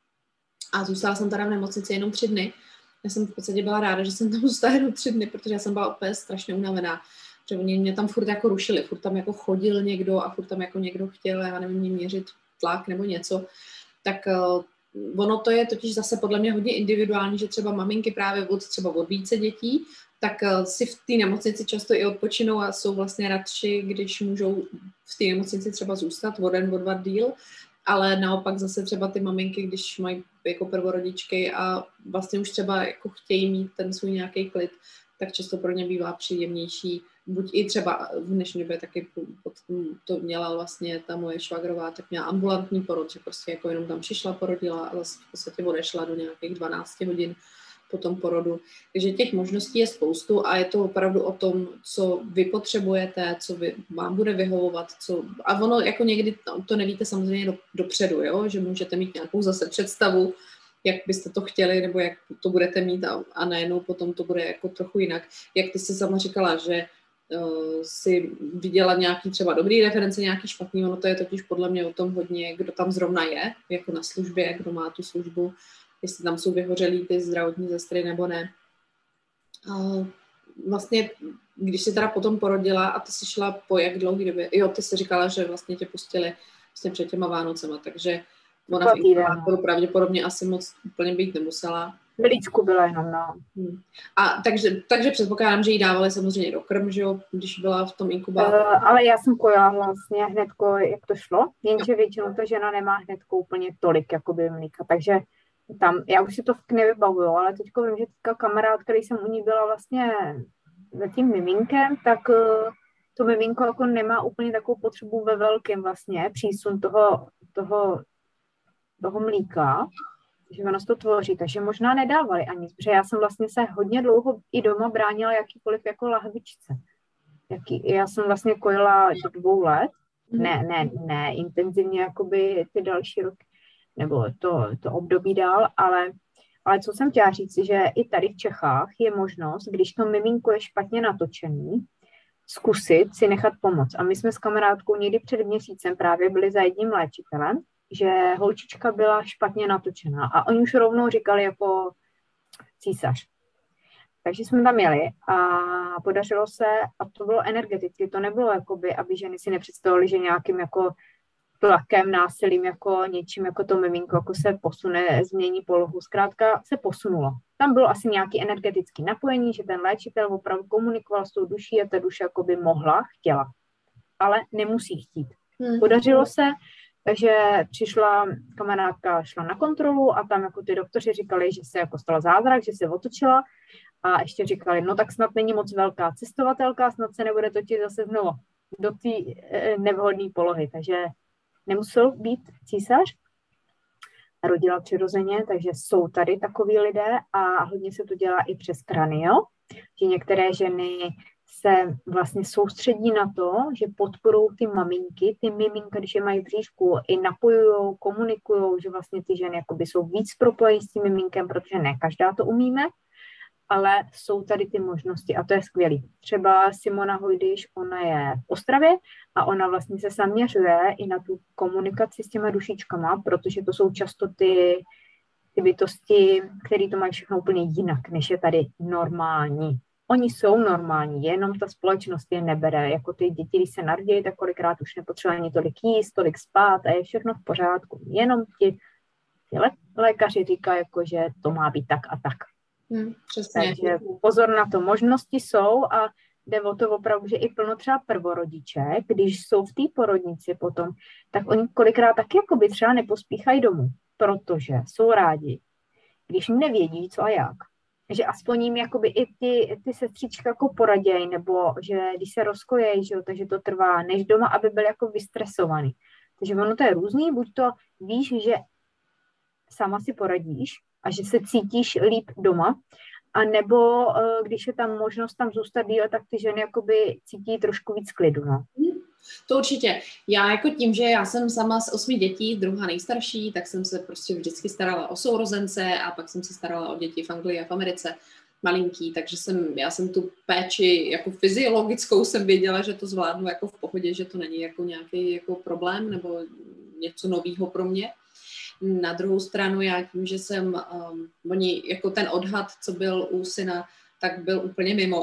A zůstala jsem teda v nemocnici jenom tři dny. Já jsem v podstatě byla ráda, že jsem tam zůstala jenom tři dny, protože já jsem byla úplně strašně unavená. Že oni mě tam furt jako rušili, furt tam jako chodil někdo a furt tam jako někdo chtěl, já nevím, mě měřit tlak nebo něco, tak uh, ono to je totiž zase podle mě hodně individuální, že třeba maminky právě od třeba od více dětí, tak uh, si v té nemocnici často i odpočinou a jsou vlastně radši, když můžou v té nemocnici třeba zůstat o den, o dva díl, ale naopak zase třeba ty maminky, když mají jako prvorodičky a vlastně už třeba jako chtějí mít ten svůj nějaký klid, tak často pro ně bývá příjemnější. Buď i třeba v dnešní době taky to měla vlastně ta moje švagrová, tak měla ambulantní porod, že prostě jako jenom tam přišla, porodila a zase v podstatě odešla do nějakých dvanáct hodin po tom porodu. Takže těch možností je spoustu a je to opravdu o tom, co vy potřebujete, co vy, vám bude vyhovovat, co, a ono jako někdy to, to nevíte samozřejmě do, dopředu, jo? Že můžete mít nějakou zase představu, jak byste to chtěli, nebo jak to budete mít a, a najednou potom to bude jako trochu jinak. Jak ty jsi sama říkala, že uh, si viděla nějaký třeba dobrý reference, nějaký špatný, ono to je totiž podle mě o tom hodně, kdo tam zrovna je, jako na službě, kdo má tu službu, jestli tam jsou vyhořelí ty zdravotní sestry nebo ne. Uh, vlastně, když jsi teda potom porodila a ty jsi šla po jak dlouhý době, jo, ty jsi říkala, že vlastně tě pustili vlastně před těma Vánocema, takže Ona v inkubátoru pravděpodobně asi moc úplně být nemusela. V lícku byla jenom, no. Hmm. A takže, takže předpokládám, že jí dávali samozřejmě do krm, že jo, když byla v tom inkubátoru. Uh, ale já jsem kojila vlastně hnedko, jak to šlo, jenže většinou ta žena nemá hnedko úplně tolik, jakoby mlíka, takže tam, já už si to nevybavuju, ale teďko vím, že teďka kamarád, který jsem u ní byla vlastně za tím miminkem, tak uh, to miminko jako nemá úplně takovou potřebu ve velkém vlastně, přísun toho, toho, toho mlíka, že ono se to tvoří, takže možná nedávali ani, protože já jsem vlastně se hodně dlouho i doma bránila jakýkoliv jako lahvičce. Jaký, já jsem vlastně kojila do dvou let, ne, ne, ne intenzivně jakoby ty další roky, nebo to, to období dál, ale, ale co jsem chtěla říct, že i tady v Čechách je možnost, když to miminko je špatně natočený, zkusit si nechat pomoct. A my jsme s kamarádkou někdy před měsícem právě byli za jedním léčitelem, že holčička byla špatně natočená a oni už rovnou říkali jako císař. Takže jsme tam jeli a podařilo se, a to bylo energeticky, to nebylo jakoby, aby ženy si nepředstavily, že nějakým jako tlakem, násilím, jako něčím, jako to miminko, jako se posune, změní polohu, zkrátka se posunulo. Tam bylo asi nějaké energetické napojení, že ten léčitel opravdu komunikoval s tou duší a ta duše jakoby mohla, chtěla, ale nemusí chtít. Hmm. Podařilo se, takže přišla kamarádka, šla na kontrolu a tam jako ty doktoři říkali, že se jako stala zázrak, že se otočila a ještě říkali, no tak snad není moc velká cestovatelka, snad se nebude točit zase znovu do té e, nevhodné polohy, takže nemusel být císař, rodila přirozeně, takže jsou tady takoví lidé a hodně se to dělá i přes kranio, že některé ženy se vlastně soustředí na to, že podporují ty maminky, ty miminka, když je mají v bříšku, i napojujou, komunikujou, že vlastně ty ženy jakoby jsou víc propojení s tím miminkem, protože ne každá to umíme, ale jsou tady ty možnosti a to je skvělý. Třeba Simona Hojdyš, ona je v Ostravě a ona vlastně se zaměřuje i na tu komunikaci s těma dušičkama, protože to jsou často ty, ty bytosti, které to mají všechno úplně jinak, než je tady normální. Oni jsou normální, jenom ta společnost je nebere. Jako ty děti, když se narodí, tak kolikrát už nepotřebují ani tolik jíst, tolik spát a je všechno v pořádku. Jenom ti, ti lé, lékaři říkají, jako, že to má být tak a tak. Hmm, přesně. Takže pozor na to, možnosti jsou a jde o to opravdu, že i plno třeba prvorodiček, když jsou v té porodnici potom, tak oni kolikrát taky jakoby třeba nepospíchají domů, protože jsou rádi, když nevědí, co a jak. Že aspoň jim jakoby i ty, ty sestřičky jako poradějí, nebo že když se rozkojejí, že jo, takže to trvá, než doma, aby byl jako vystresovaný. Takže ono to je různý, buď to víš, že sama si poradíš a že se cítíš líp doma, a nebo když je tam možnost tam zůstat díl, tak ty ženy jakoby cítí trošku víc klidu, no. To určitě. Já jako tím, že já jsem sama z osmi dětí, druhá nejstarší, tak jsem se prostě vždycky starala o sourozence a pak jsem se starala o děti v Anglii a v Americe malinký, takže jsem, já jsem tu péči jako fyziologickou jsem věděla, že to zvládnu jako v pohodě, že to není jako nějaký jako problém nebo něco novýho pro mě. Na druhou stranu já tím, že jsem, um, oni jako ten odhad, co byl u syna, tak byl úplně mimo.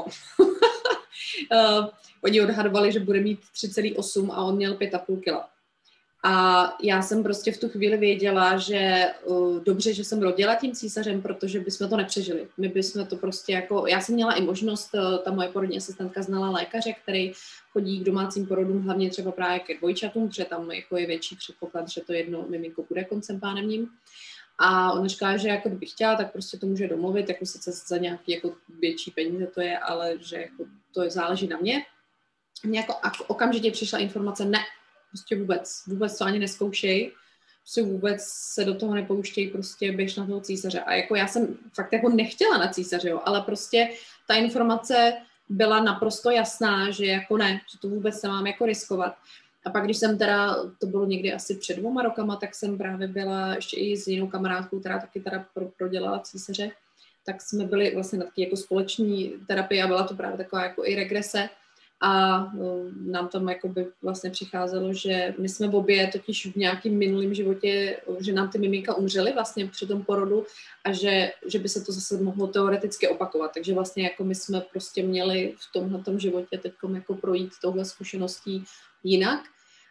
uh, oni odhadovali, že bude mít tři celá osm a on měl pět a půl kila. A já jsem prostě v tu chvíli věděla, že uh, dobře, že jsem rodila tím císařem, protože bychom to nepřežili. My bychom to prostě jako, já jsem měla i možnost, uh, ta moje porodní asistentka znala lékaře, který chodí k domácím porodům, hlavně třeba právě ke dvojčatům, protože tam jako je větší předpoklad, že to jedno miminko bude koncem pánemním. A ona říká, že jako kdyby chtěla, tak prostě to může domluvit, jako sice za nějaký jako větší peníze to je, ale že jako to je, záleží na mě. Mně jako okamžitě přišla informace, ne, prostě vůbec, vůbec to ani neskoušej, prostě vůbec se do toho nepouštěj, prostě běž na toho císaře. A jako já jsem fakt jako nechtěla na císaře, jo, ale prostě ta informace byla naprosto jasná, že jako ne, že to vůbec nemám jako riskovat. A pak, když jsem teda, to bylo někdy asi před dvouma rokama, tak jsem právě byla ještě i s jinou kamarádkou, která taky teda pro, prodělala císaře, tak jsme byli vlastně na taky jako společní terapii a byla to právě taková jako i regrese. A no, nám tam jakoby vlastně přicházelo, že my jsme obě totiž v nějakém minulém životě, že nám ty miminka umřely vlastně při tom porodu a že, že by se to zase mohlo teoreticky opakovat. Takže vlastně jako my jsme prostě měli v tomhletom životě teďkom jako projít touhle zkušeností jinak.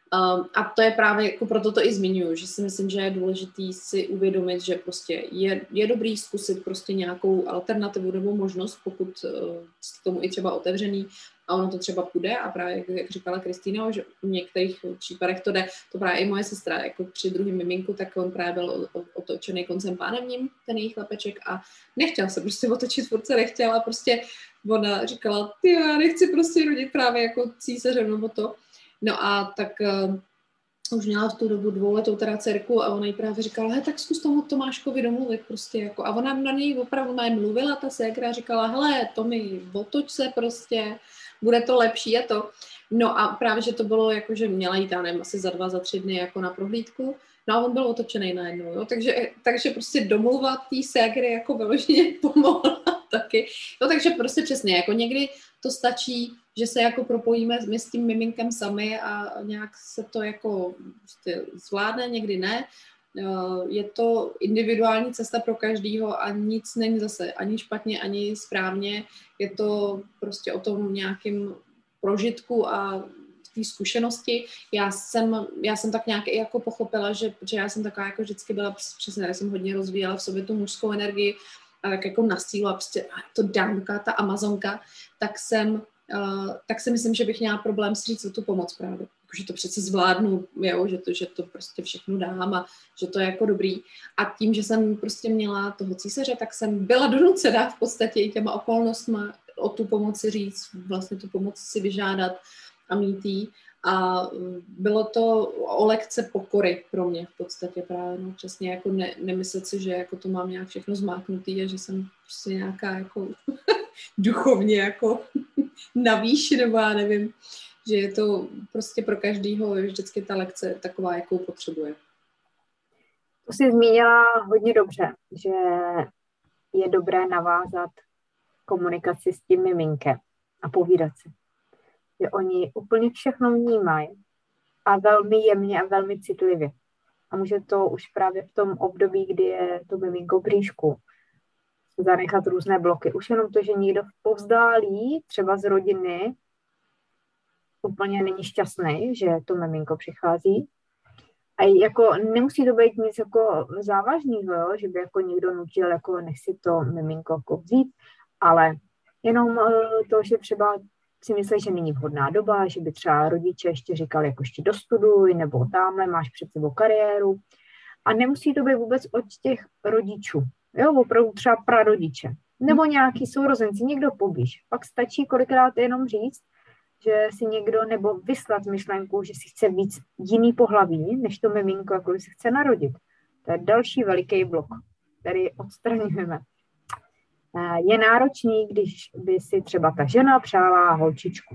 Um, a to je právě, jako proto to i zmiňuji, že si myslím, že je důležitý si uvědomit, že prostě je, je dobrý zkusit prostě nějakou alternativu nebo možnost, pokud uh, k tomu i třeba otevřený a ono to třeba půjde a právě, jak, jak říkala Kristýna, že v některých případech to jde, to právě i moje sestra, jako při druhém miminku, tak on právě byl otočený koncem pánevním, ten její chlapeček a nechtěl se prostě otočit, furt se nechtěla a prostě ona říkala, ty já nechci prostě rodit právě jako císařem nebo to. No a tak uh, už měla v tu dobu dvouletou teda dcerku a ona jí právě říkala, he, tak zkus tomu Tomáškovi domluvit prostě jako. A ona na něj opravdu má mluvila, ta ségra říkala, hele, Tomi, otoč se prostě, bude to lepší a to. No a právě, že to bylo jako, že měla jít, já nevím, asi za dva, za tři dny jako na prohlídku. No a on byl otočený najednou, jo. Takže, takže prostě domluvat tý ségry jako vyloženě pomohla taky. No takže prostě přesně, jako někdy to stačí, že se jako propojíme my s tím miminkem sami a nějak se to jako prostě zvládne, někdy ne. Je to individuální cesta pro každýho a nic není zase ani špatně, ani správně. Je to prostě o tom nějakým prožitku a té zkušenosti. Já jsem, já jsem tak nějak i jako pochopila, že, že já jsem taková jako vždycky byla, přesně, já jsem hodně rozvíjela v sobě tu mužskou energii a tak jako na sílu a prostě to dámka, ta amazonka, tak jsem Uh, tak si myslím, že bych měla problém si říct o tu pomoc právě. Že to přece zvládnu, jo? Že, to, že to prostě všechno dám a že to je jako dobrý. A tím, že jsem prostě měla toho císaře, tak jsem byla donucena v podstatě i těma okolnostma o tu pomoci říct, vlastně tu pomoc si vyžádat a mít jí. A bylo to o lekce pokory pro mě v podstatě právě, no, přesně jako ne, nemyslet si, že jako to mám nějak všechno zmáknutý a že jsem prostě nějaká jako duchovně jako na výši, nebo já nevím, že je to prostě pro každýho vždycky ta lekce taková, jakou potřebuje. To jsi zmínila hodně dobře, že je dobré navázat komunikaci s tím miminkem a povídat si. Že oni úplně všechno vnímají a velmi jemně a velmi citlivě. A může to už právě v tom období, kdy je to miminko v bříšku, zanechat různé bloky. Už jenom to, že někdo v povzdálí, třeba z rodiny, úplně není šťastný, že to miminko přichází. A jako nemusí to být nic jako závažného, jo? Že by jako někdo nutil, jako nech si to miminko jako vzít, ale jenom to, že třeba si myslí, že není vhodná doba, že by třeba rodiče ještě říkali, jako ještě dostuduj, nebo tamhle máš před sebou kariéru. A nemusí to být vůbec od těch rodičů. Jo, opravdu třeba prarodiče. Nebo nějaký sourozenci, někdo poblíž. Pak stačí kolikrát jenom říct, že si někdo, nebo vyslat myšlenku, že si chce víc jiný pohlaví, než to miminko, jako si chce narodit. To je další veliký blok, který odstraňujeme. Je náročný, když by si třeba ta žena přála holčičku.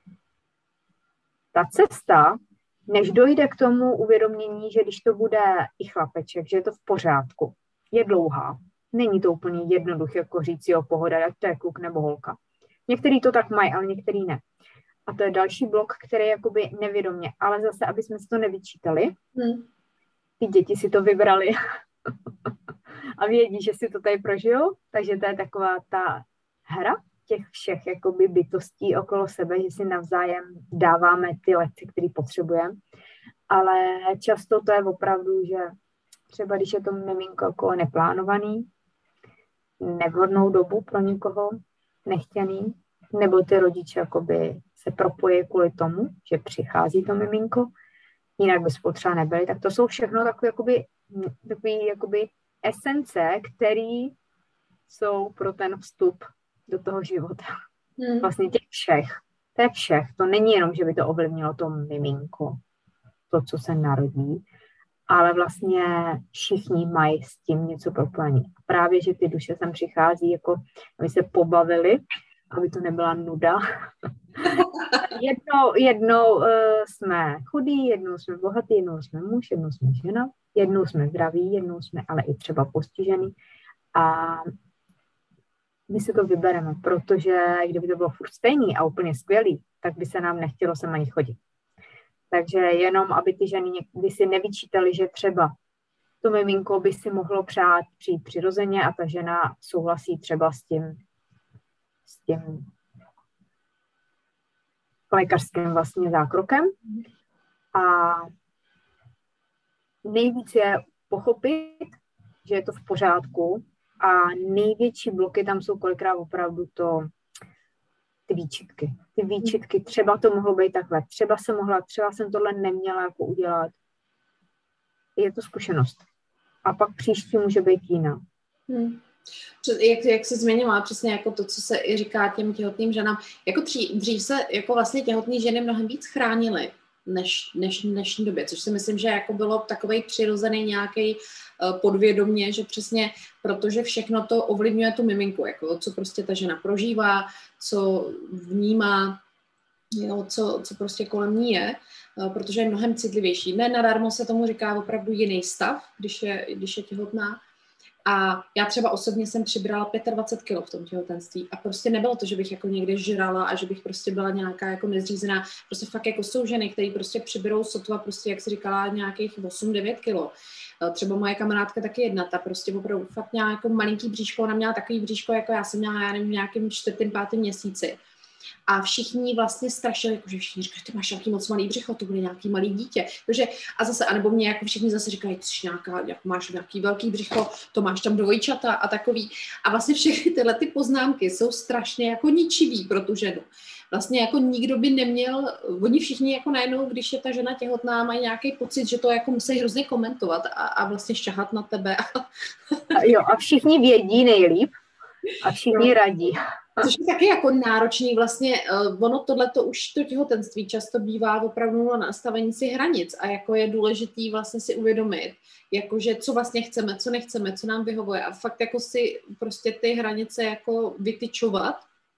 Ta cesta, než dojde k tomu uvědomění, že když to bude i chlapeček, že je to v pořádku, je dlouhá. Není to úplně jednoduché, jako říct jo, pohoda, ať to je kluk nebo holka. Některý to tak mají, ale některý ne. A to je další blok, který je jakoby nevědomě. Ale zase, aby jsme si to nevyčítali, hmm. ty děti si to vybrali a vědí, že si to tady prožijou, takže to je taková ta hra těch všech jakoby bytostí okolo sebe, že si navzájem dáváme ty lekce, které potřebujeme. Ale často to je opravdu, že třeba když je to miminko jako neplánovaný, nevhodnou dobu pro někoho, nechtěný, nebo ty rodiče jakoby se propojí kvůli tomu, že přichází to miminko, jinak by spolu třeba nebyli, tak to jsou všechno takové jakoby, takový, jakoby esence, které jsou pro ten vstup do toho života. Hmm. Vlastně těch všech. To je všech. To není jenom, že by to ovlivnilo to miminko, to, co se narodí, ale vlastně všichni mají s tím něco propojené. Právě, že ty duše sem přichází, jako aby se pobavili, aby to nebyla nuda. jednou jednou uh, jsme chudí, jednou jsme bohatí, jednou jsme muž, jednou jsme žena, jednou jsme zdraví, jednou jsme ale i třeba postižený. A my si to vybereme, protože kdyby to bylo furt stejný a úplně skvělý, tak by se nám nechtělo sem ani chodit. Takže jenom, aby ty ženy někdy si nevyčítali, že třeba to miminko by si mohlo přát přijít přirozeně a ta žena souhlasí třeba s tím, s tím lékařským vlastně zákrokem. A nejvíc je pochopit, že je to v pořádku a největší bloky tam jsou kolikrát opravdu to ty výčitky. Ty výčitky, třeba to mohlo být takhle, třeba jsem mohla, třeba jsem tohle neměla jako udělat. Je to zkušenost. A pak příští může být jiná. Hmm. Jak, jak jsi změnila přesně jako to, co se i říká těm těhotným ženám. Jako dřív, dřív se jako vlastně těhotné ženy mnohem víc chránily než, než v dnešní době, což si myslím, že jako bylo takovej přirozený nějaký uh, podvědomě, že přesně protože všechno to ovlivňuje tu miminku, jako co prostě ta žena prožívá, co vnímá, jo, co, co prostě kolem ní je, uh, protože je mnohem citlivější. Ne nadarmo se tomu říká opravdu jiný stav, když je, když je těhotná. A já třeba osobně jsem přibrala dvacet pět kilo v tom těhotenství a prostě nebylo to, že bych jako někde žrala a že bych prostě byla nějaká jako nezřízená. Prostě fakt jako jsou ženy, které prostě přiberou sotva prostě, jak jsi říkala, nějakých osm devět kilo. Třeba moje kamarádka taky jedna, ta prostě opravdu fakt měla jako malinký bříško, ona měla takový bříško, jako já jsem měla, já nevím, v nějakém čtvrtém, pátém měsíci. A všichni vlastně strašili, jako, že všichni říkají, ty máš nějaký moc malý břicho, to bude nějaký malý dítě. Takže, a zase, anebo mě jako všichni zase říkají, ty jsi nějaká, jak máš nějaký velký břicho, to máš tam dvojčata a takový. A vlastně všechny tyhle ty poznámky jsou strašně jako ničivý pro tu ženu. Vlastně jako nikdo by neměl, oni všichni jako najednou, když je ta žena těhotná, mají nějaký pocit, že to jako musí hrozně komentovat a, a vlastně šťahat na tebe. A jo, a všichni vědí nejlíp a všichni no. radí. Což je taky jako náročný vlastně, uh, ono tohleto už to těhotenství často bývá opravdu na nastavení si hranic a jako je důležitý vlastně si uvědomit, jakože co vlastně chceme, co nechceme, co nám vyhovuje a fakt jako si prostě ty hranice jako vytyčovat.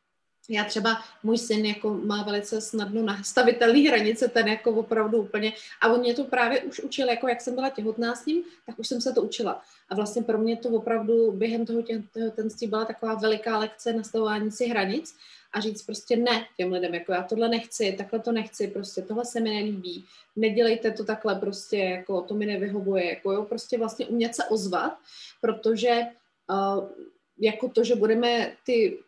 Já třeba, můj syn jako má velice snadno nastavitelný hranice, ten jako opravdu úplně, a on mě to právě už učil, jako jak jsem byla těhotná s ním, tak už jsem se to učila. A vlastně pro mě to opravdu během toho těhotenství byla taková veliká lekce nastavování si hranic a říct prostě ne těm lidem, jako já tohle nechci, takhle to nechci, prostě tohle se mi nelíbí, nedělejte to takhle, prostě jako to mi nevyhovuje, jako jo, prostě vlastně umět se ozvat, protože uh, jako to, že budeme ty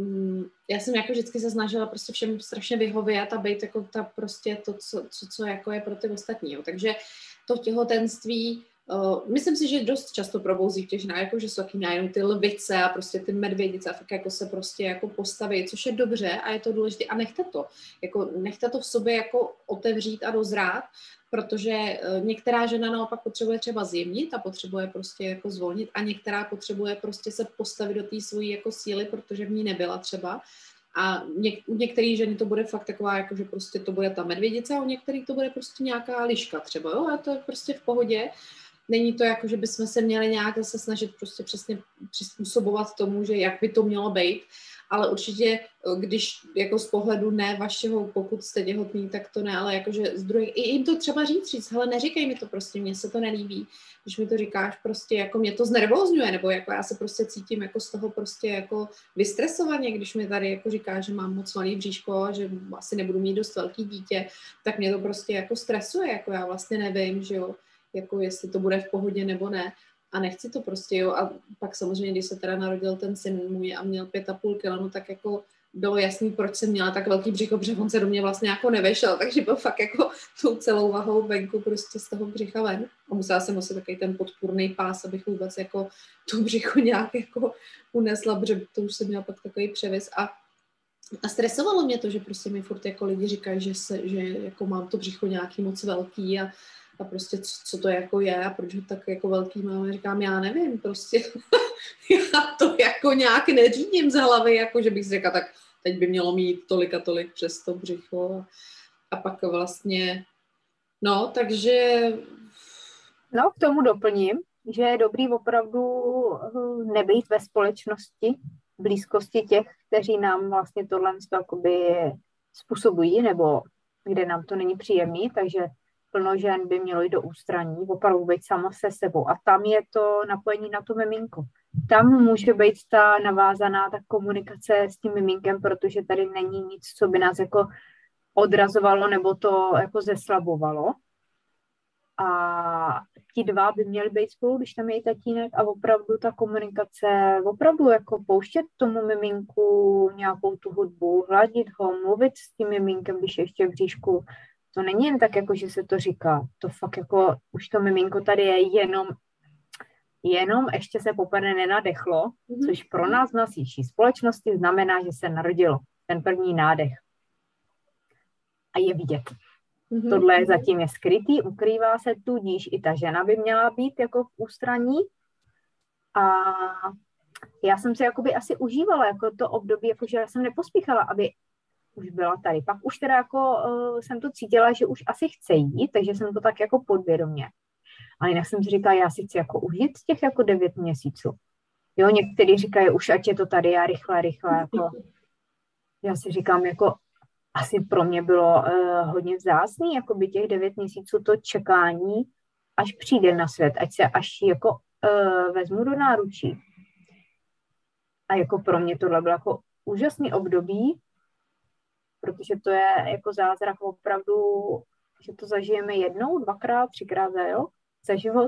já jsem jako vždycky se snažila prostě všem strašně vyhovět a být jako ta prostě to, co, co, co jako je pro ty ostatní. Jo. Takže to těhotenství, uh, myslím si, že dost často probouzí v těch ženách, jako že jsou taky najednou ty lvice a prostě ty medvědice a fakt jako se prostě jako postaví, což je dobře a je to důležité a nechte to. Jako nechte to v sobě jako otevřít a dozrát, protože uh, některá žena naopak potřebuje třeba zjemnit a potřebuje prostě jako zvolnit a některá potřebuje prostě se postavit do té svojí jako síly, protože v ní nebyla třeba. A něk- u některých ženy to bude fakt taková, jako že prostě to bude ta medvědice a u některých to bude prostě nějaká liška třeba, jo, a to je prostě v pohodě. Není to jako, že bychom se měli nějak zase snažit prostě přesně přizpůsobovat tomu, že jak by to mělo být, ale určitě, když jako z pohledu ne vašeho, pokud jste těhotný, tak to ne, ale jakože z druhých, i jim to třeba říct, říct, hele, neříkej mi to prostě, mně se to nelíbí, když mi to říkáš prostě, jako mě to znervózňuje, nebo jako já se prostě cítím jako z toho prostě jako vystresovaně, když mi tady jako říká, že mám moc malý bříško, že asi nebudu mít dost velký dítě, tak mě to prostě jako stresuje, jako já vlastně nevím, že jo, jako jestli to bude v pohodě nebo ne. A nechci to prostě, jo. A pak samozřejmě, když se teda narodil ten syn můj a měl pět a půl kila, no tak jako bylo jasný, proč jsem měla tak velký břicho, protože on se do mě vlastně jako nevešel, takže byl fakt jako tou celou vahou venku prostě z toho břicha ven. A musela jsem nosit takový ten podpůrný pás, abych vůbec jako tu břicho nějak jako unesla, protože to už jsem měla pak takový převis a A stresovalo mě to, že prostě mi furt jako lidi říkají, že, se, že jako mám to břicho nějaký moc velký a, a prostě co, co to jako je a proč ho tak jako velký mám. A říkám, já nevím, prostě já to jako nějak neřídím z hlavy, jako že bych si řekla, tak teď by mělo mít tolik a tolik přes to břicho. A pak vlastně, no, takže... No, k tomu doplním, že je dobrý opravdu nebejt ve společnosti, blízkosti těch, kteří nám vlastně tohle způsobují, nebo kde nám to není příjemný, takže plno žen by mělo jít do ústraní, opravdu být sama se sebou. A tam je to napojení na tu miminku. Tam může být ta navázaná ta komunikace s tím miminkem, protože tady není nic, co by nás jako odrazovalo nebo to jako zeslabovalo. A ti dva by měli být spolu, když tam je tatínek a opravdu ta komunikace, opravdu jako pouštět tomu miminku nějakou tu hudbu, hladit ho, mluvit s tím miminkem, když ještě v bříšku, To není jen tak, jako že se to říká. To fakt jako, už to miminko tady je jenom, jenom ještě se poprvé nenadechlo, mm-hmm. což pro nás v naší společnosti znamená, že se narodilo. Ten první nádech. A je vidět. Mm-hmm. Tohle zatím je skrytý, ukrývá se, tudíž i ta žena by měla být jako v ústraní. A já jsem se jakoby asi užívala jako to období, jakože já jsem nepospíchala, aby už byla tady. Pak už teda jako uh, jsem to cítila, že už asi chce jít, takže jsem to tak jako podvědomě. A jinak jsem si říkala, já si chci jako užít těch jako devět měsíců. Jo, někteří říkají, už ať je to tady, já rychle, rychle, jako. Já si říkám, jako asi pro mě bylo uh, hodně vzácný, jako by těch devět měsíců to čekání, až přijde na svět, ať se až jako uh, vezmu do náručí. A jako pro mě tohle bylo jako úžasný období, protože to je jako zázrak opravdu, že to zažijeme jednou, dvakrát, třikrát za, jo, za život.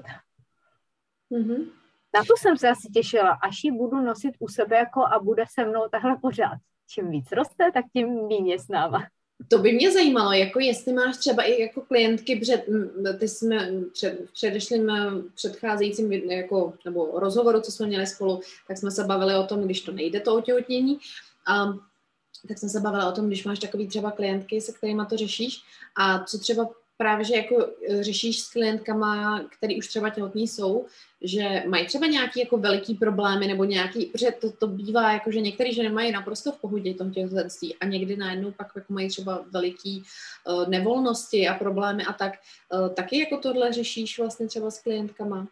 Mm-hmm. Na to jsem se asi těšila, až ji budu nosit u sebe jako a bude se mnou takhle pořád. Čím víc roste, tak tím méně s náma. To by mě zajímalo, jako jestli máš třeba i jako klientky, před, ty jsme před, v předešlým předcházejícím jako, nebo rozhovoru, co jsme měli spolu, tak jsme se bavili o tom, když to nejde, to otěhotnění, a tak jsem se bavila o tom, když máš takový třeba klientky, se kterými to řešíš, a co třeba právě, že jako řešíš s klientkama, který už třeba těhotní jsou, že mají třeba nějaký jako veliký problémy nebo nějaký, protože to, to bývá jako, že některý ženy mají naprosto v pohodě tom těhotenství a někdy najednou pak jako mají třeba veliký uh, nevolnosti a problémy a tak. Uh, taky jako tohle řešíš vlastně třeba s klientkama?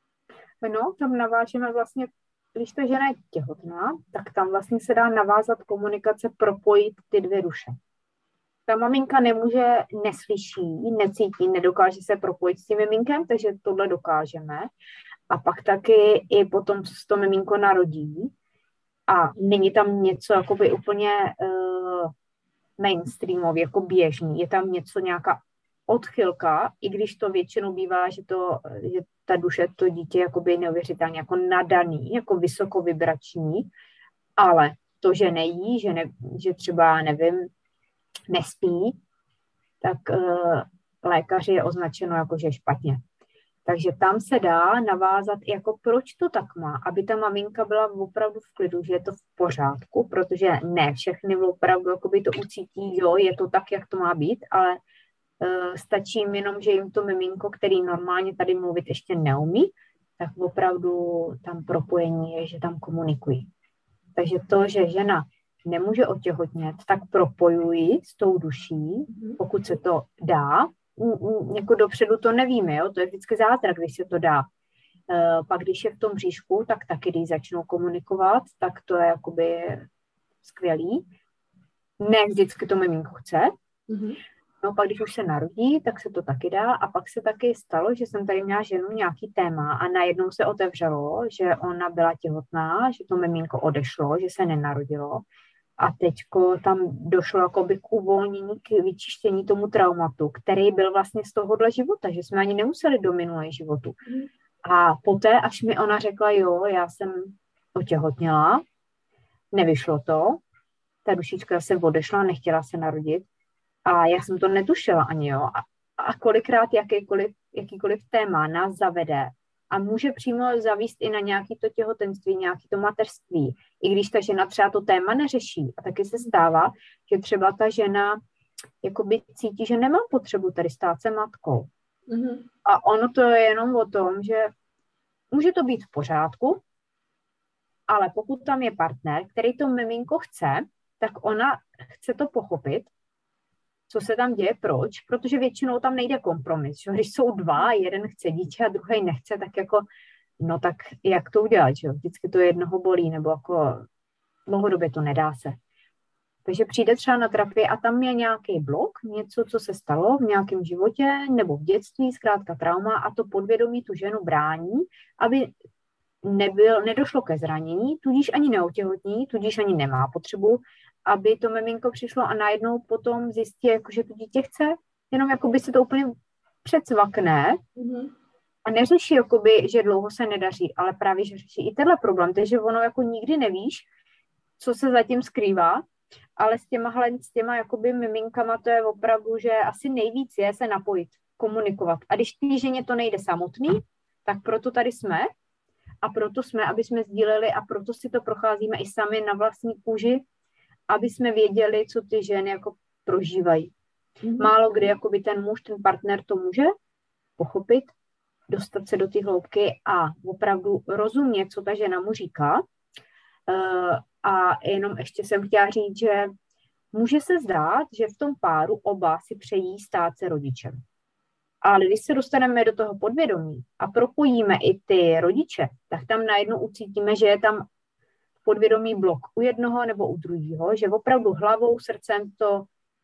No, tam navážeme vlastně, když ta žena je těhotná, tak tam vlastně se dá navázat komunikace, propojit ty dvě duše. Ta maminka nemůže, neslyší, necítí, nedokáže se propojit s tím miminkem, takže tohle dokážeme. A pak taky i potom, co se to miminko narodí a není tam něco jakoby úplně uh, mainstreamově, jako běžný. Je tam něco, nějaká odchylka, i když to většinou bývá, že, to, že ta duše, to dítě jakoby neuvěřitelně jako nadaný, jako vysokovibrační, ale to, že nejí, že, ne, že třeba, nevím, nespí, tak uh, lékaři je označeno jako, že je špatně. Takže tam se dá navázat, jako proč to tak má, aby ta maminka byla opravdu v klidu, že je to v pořádku, protože ne všechny opravdu jakoby to ucítí, jo, je to tak, jak to má být, ale uh, stačí jim jenom, že jim to miminko, který normálně tady mluvit ještě neumí, tak opravdu tam propojení je, že tam komunikují. Takže to, že žena nemůže otěhotnět, tak propojuji s tou duší, pokud se to dá. Jako dopředu to nevíme, jo? To je vždycky zázrak, když se to dá. E, pak když je v tom bříšku, tak taky, když začnou komunikovat, tak to je jakoby skvělý. Ne vždycky to miminko chce. Mm-hmm. No pak když už se narodí, tak se to taky dá. A pak se taky stalo, že jsem tady měla ženu nějaký téma a najednou se otevřelo, že ona byla těhotná, že to miminko odešlo, že se nenarodilo. A teďko tam došlo jakoby k uvolnění, k vyčištění tomu traumatu, který byl vlastně z tohohle života, že jsme ani nemuseli do minulého životu. A poté, až mi ona řekla, jo, já jsem otěhotněla, nevyšlo to, ta dušička se odešla, nechtěla se narodit a já jsem to netušila ani, jo. A, a kolikrát jakýkoliv, jakýkoliv téma nás zavede a může přímo zavíst i na nějaký to těhotenství, nějaký to mateřství. I když ta žena třeba to téma neřeší. A taky se stává, že třeba ta žena jakoby cítí, že nemá potřebu tady stát se matkou. Mm-hmm. A ono to je jenom o tom, že může to být v pořádku, ale pokud tam je partner, který to miminko chce, tak ona chce to pochopit, co se tam děje, proč, protože většinou tam nejde kompromis. Že? Když jsou dva, jeden chce dítě a druhý nechce, tak jako, no tak jak to udělat, že? Vždycky to jednoho bolí, nebo jako dlouhodobě to nedá se. Takže přijde třeba na terapii a tam je nějaký blok, něco, co se stalo v nějakém životě nebo v dětství, zkrátka trauma a to podvědomí tu ženu brání, aby nebyl, nedošlo ke zranění, tudíž ani neotěhotní, tudíž ani nemá potřebu, aby to miminko přišlo a najednou potom zjistí, jako, že to dítě chce, jenom jako by se to úplně přecvakne mm-hmm. a neřeší, jakoby, že dlouho se nedaří, ale právě, že řeší i tenhle problém, takže ono jako nikdy nevíš, co se zatím skrývá ale s těma, s těma jakoby miminkama to je opravdu, že asi nejvíc je se napojit, komunikovat. A když té ženě to nejde samotný, tak proto tady jsme a proto jsme, aby jsme sdíleli a proto si to procházíme i sami na vlastní kůži, aby jsme věděli, co ty ženy jako prožívají. Mm-hmm. Málo kdy jakoby ten muž, ten partner to může pochopit, dostat se do té hloubky a opravdu rozumět, co ta žena mu říká. Uh, a jenom ještě jsem chtěla říct, že může se zdát, že v tom páru oba si přejí stát se rodičem. Ale když se dostaneme do toho podvědomí a propojíme i ty rodiče, tak tam najednou ucítíme, že je tam podvědomí blok u jednoho nebo u druhého, že opravdu hlavou, srdcem to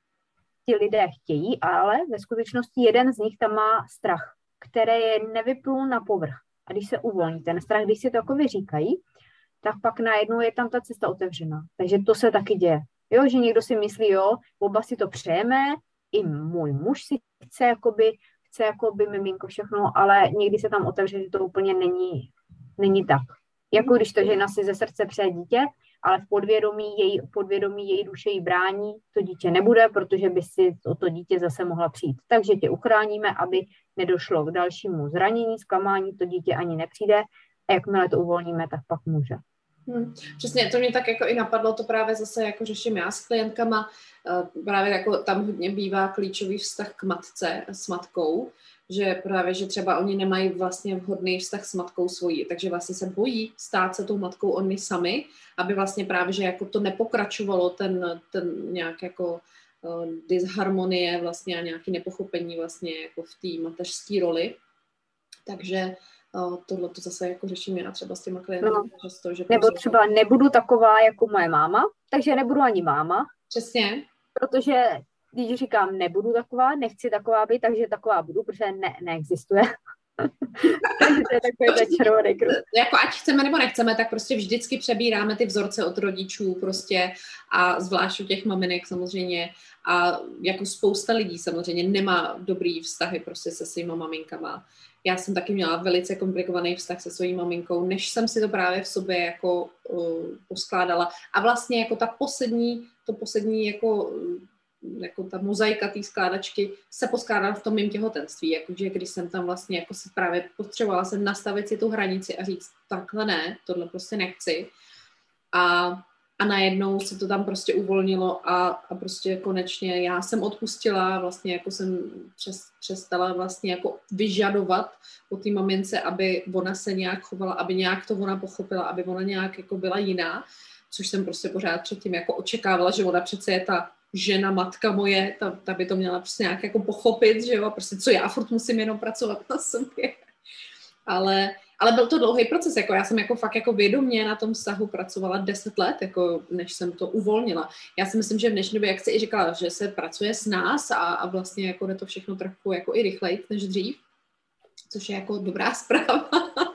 ti lidé chtějí, ale ve skutečnosti jeden z nich tam má strach, který je nevyplul na povrch. A když se uvolní ten strach, když si to jako vyříkají, tak pak najednou je tam ta cesta otevřená. Takže to se taky děje. Jo, že někdo si myslí, jo, oba si to přejeme, i můj muž si chce jakoby, chce jakoby miminko všechno, ale někdy se tam otevře, že to úplně není, není tak. Jako když ta žena si ze srdce přeje dítě, ale v podvědomí její, podvědomí její duše jí brání, to dítě nebude, protože by si o to dítě zase mohla přijít. Takže tě uchráníme, aby nedošlo k dalšímu zranění, zklamání, to dítě ani nepřijde a jakmile to uvolníme, tak pak může. Hmm, přesně, to mě tak jako i napadlo, to právě zase jako řeším já s klientkama, právě jako tam hodně bývá klíčový vztah k matce, s matkou, že právě, že třeba oni nemají vlastně vhodný vztah s matkou svojí, takže vlastně se bojí stát se tou matkou oni sami, aby vlastně právě, že jako to nepokračovalo ten, ten nějak jako uh, disharmonie vlastně a nějaké nepochopení vlastně jako v té mateřské roli, takže uh, tohle to zase jako řeším já třeba s těma klienty. No. Často, že nebo třeba nebudu taková jako moje máma, takže nebudu ani máma. Přesně. Protože když říkám nebudu taková, nechci taková být, takže taková budu, protože ne, neexistuje. Takže to je takový ten červený kruh. Jako ať chceme nebo nechceme, tak prostě vždycky přebíráme ty vzorce od rodičů prostě a zvlášť u těch maminek samozřejmě a jako spousta lidí samozřejmě nemá dobrý vztahy prostě se svýma maminkama. Já jsem taky měla velice komplikovaný vztah se svojí maminkou, než jsem si to právě v sobě jako uh, poskládala. A vlastně jako ta poslední, to poslední jako jako ta mozaika té skládačky se poskládala v tom mým těhotenství, jakože když jsem tam vlastně jako si právě potřebovala jsem nastavit si tu hranici a říct takhle ne, tohle prostě nechci a, a najednou se to tam prostě uvolnilo a, a prostě konečně já jsem odpustila, vlastně jako jsem přes, přestala vlastně jako vyžadovat po té mamince, aby ona se nějak chovala, aby nějak to ona pochopila, aby ona nějak jako byla jiná, což jsem prostě pořád předtím jako očekávala, že ona přece je ta žena, matka moje, ta, ta by to měla prostě nějak jako pochopit, že jo, prostě co já furt musím jenom pracovat na sobě. Ale, ale byl to dlouhý proces, jako já jsem jako fakt jako vědomě na tom vztahu pracovala deset let, jako než jsem to uvolnila. Já si myslím, že v dnešní době, jak jsi i říkala, že se pracuje s nás a, a vlastně jako jde to všechno trochu jako i rychleji než dřív, což je jako dobrá zpráva.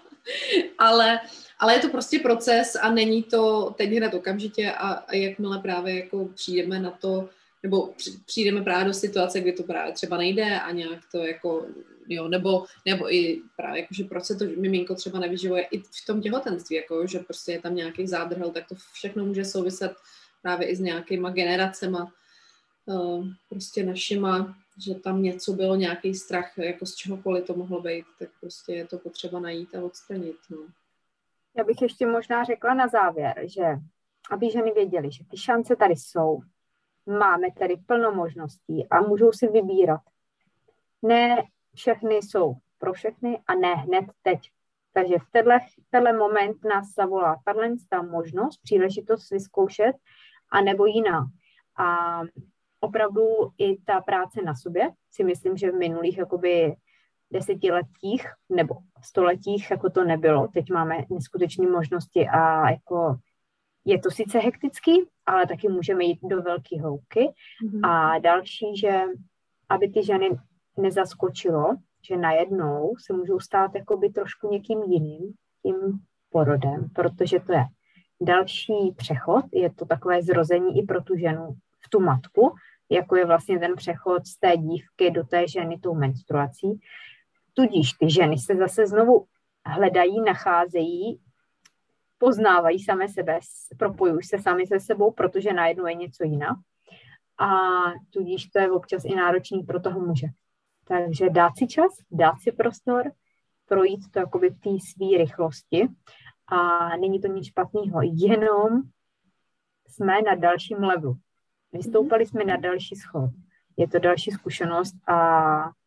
ale, ale je to prostě proces a není to teď hned okamžitě a, a jakmile právě jako přijdeme na to, nebo přijdeme právě do situace, kdy to právě třeba nejde a nějak to jako, jo, nebo, nebo i právě jako, že proč se to miminko třeba nevyživuje i v tom těhotenství, jako, že prostě je tam nějaký zádrhel, tak to všechno může souviset právě i s nějakýma generacema, uh, prostě našima, že tam něco bylo, nějaký strach, jako z čehokoliv to mohlo být, tak prostě je to potřeba najít a odstranit, no. Já bych ještě možná řekla na závěr, že aby ženy věděly, že ty šance tady jsou, máme tady plno možností a můžou si vybírat. Ne všechny jsou pro všechny a ne hned teď. Takže v tenhle, tenhle moment nás zavolá ta možnost, příležitost vyzkoušet a nebo jiná. A opravdu i ta práce na sobě, si myslím, že v minulých jakoby desetiletích nebo stoletích jako to nebylo. Teď máme neskutečné možnosti a jako je to sice hektický, ale taky můžeme jít do velké hloubky. Mm-hmm. A další, že aby ty ženy nezaskočilo, že najednou se můžou stát jakoby trošku někým jiným, tím porodem, protože to je další přechod, je to takové zrození i pro tu ženu v tu matku, jako je vlastně ten přechod z té dívky do té ženy tou menstruací. Tudíž ty ženy se zase znovu hledají, nacházejí poznávají sami sebe, propojují se sami se sebou, protože najednou je něco jinak. A tudíž to je občas i náročný pro toho muže. Takže dát si čas, dát si prostor, projít to jakoby v té své rychlosti a není to nic špatného, jenom jsme na dalším levelu. Vystoupali jsme na další schod. Je to další zkušenost a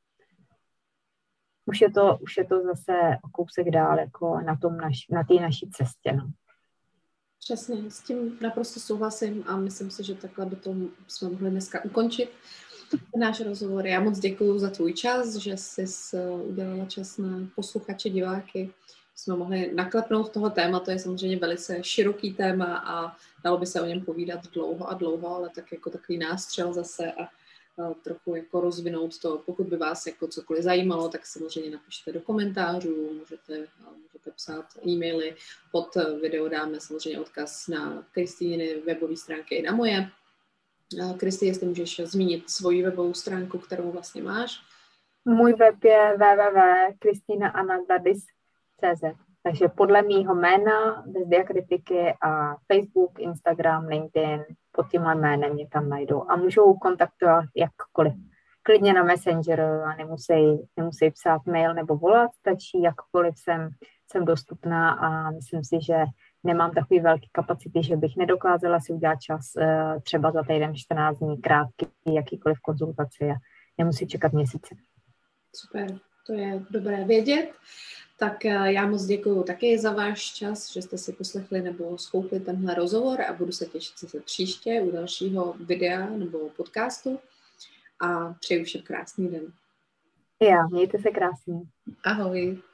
už je to, už je to zase o kousek dál jako na tom naš, na té naší cestě. No. Přesně, s tím naprosto souhlasím a myslím si, že takhle by to jsme mohli dneska ukončit náš rozhovor. Já moc děkuju za tvůj čas, že jsi udělala čas na posluchače, diváky. Jsme mohli naklepnout toho téma, to je samozřejmě velice široký téma a dalo by se o něm povídat dlouho a dlouho, ale tak jako takový nástřel zase a, a trochu jako rozvinout to. Pokud by vás jako cokoliv zajímalo, tak samozřejmě napište do komentářů, můžete, můžete psát e-maily, pod video dáme samozřejmě odkaz na Kristýny webové stránky i na moje. Kristi, jestli můžeš zmínit svoji webovou stránku, kterou vlastně máš. Můj web je w w w tečka kristina anagladis tečka c z. Takže podle mýho jména, bez diakritiky a Facebook, Instagram, LinkedIn, pod tímhle jménem mě tam najdou. A můžou kontaktovat jakkoliv. Klidně na Messenger a nemusí, nemusí psát mail nebo volat, stačí jakkoliv jsem, jsem dostupná a myslím si, že nemám takový velký kapacity, že bych nedokázala si udělat čas třeba za týden čtrnáct dní krátký, jakýkoliv konzultaci a nemusí čekat měsíce. Super, to je dobré vědět. Tak já moc děkuju taky za váš čas, že jste si poslechli nebo zkoukli tenhle rozhovor a budu se těšit se příště u dalšího videa nebo podcastu a přeju všem krásný den. Já, mějte se krásně. Ahoj.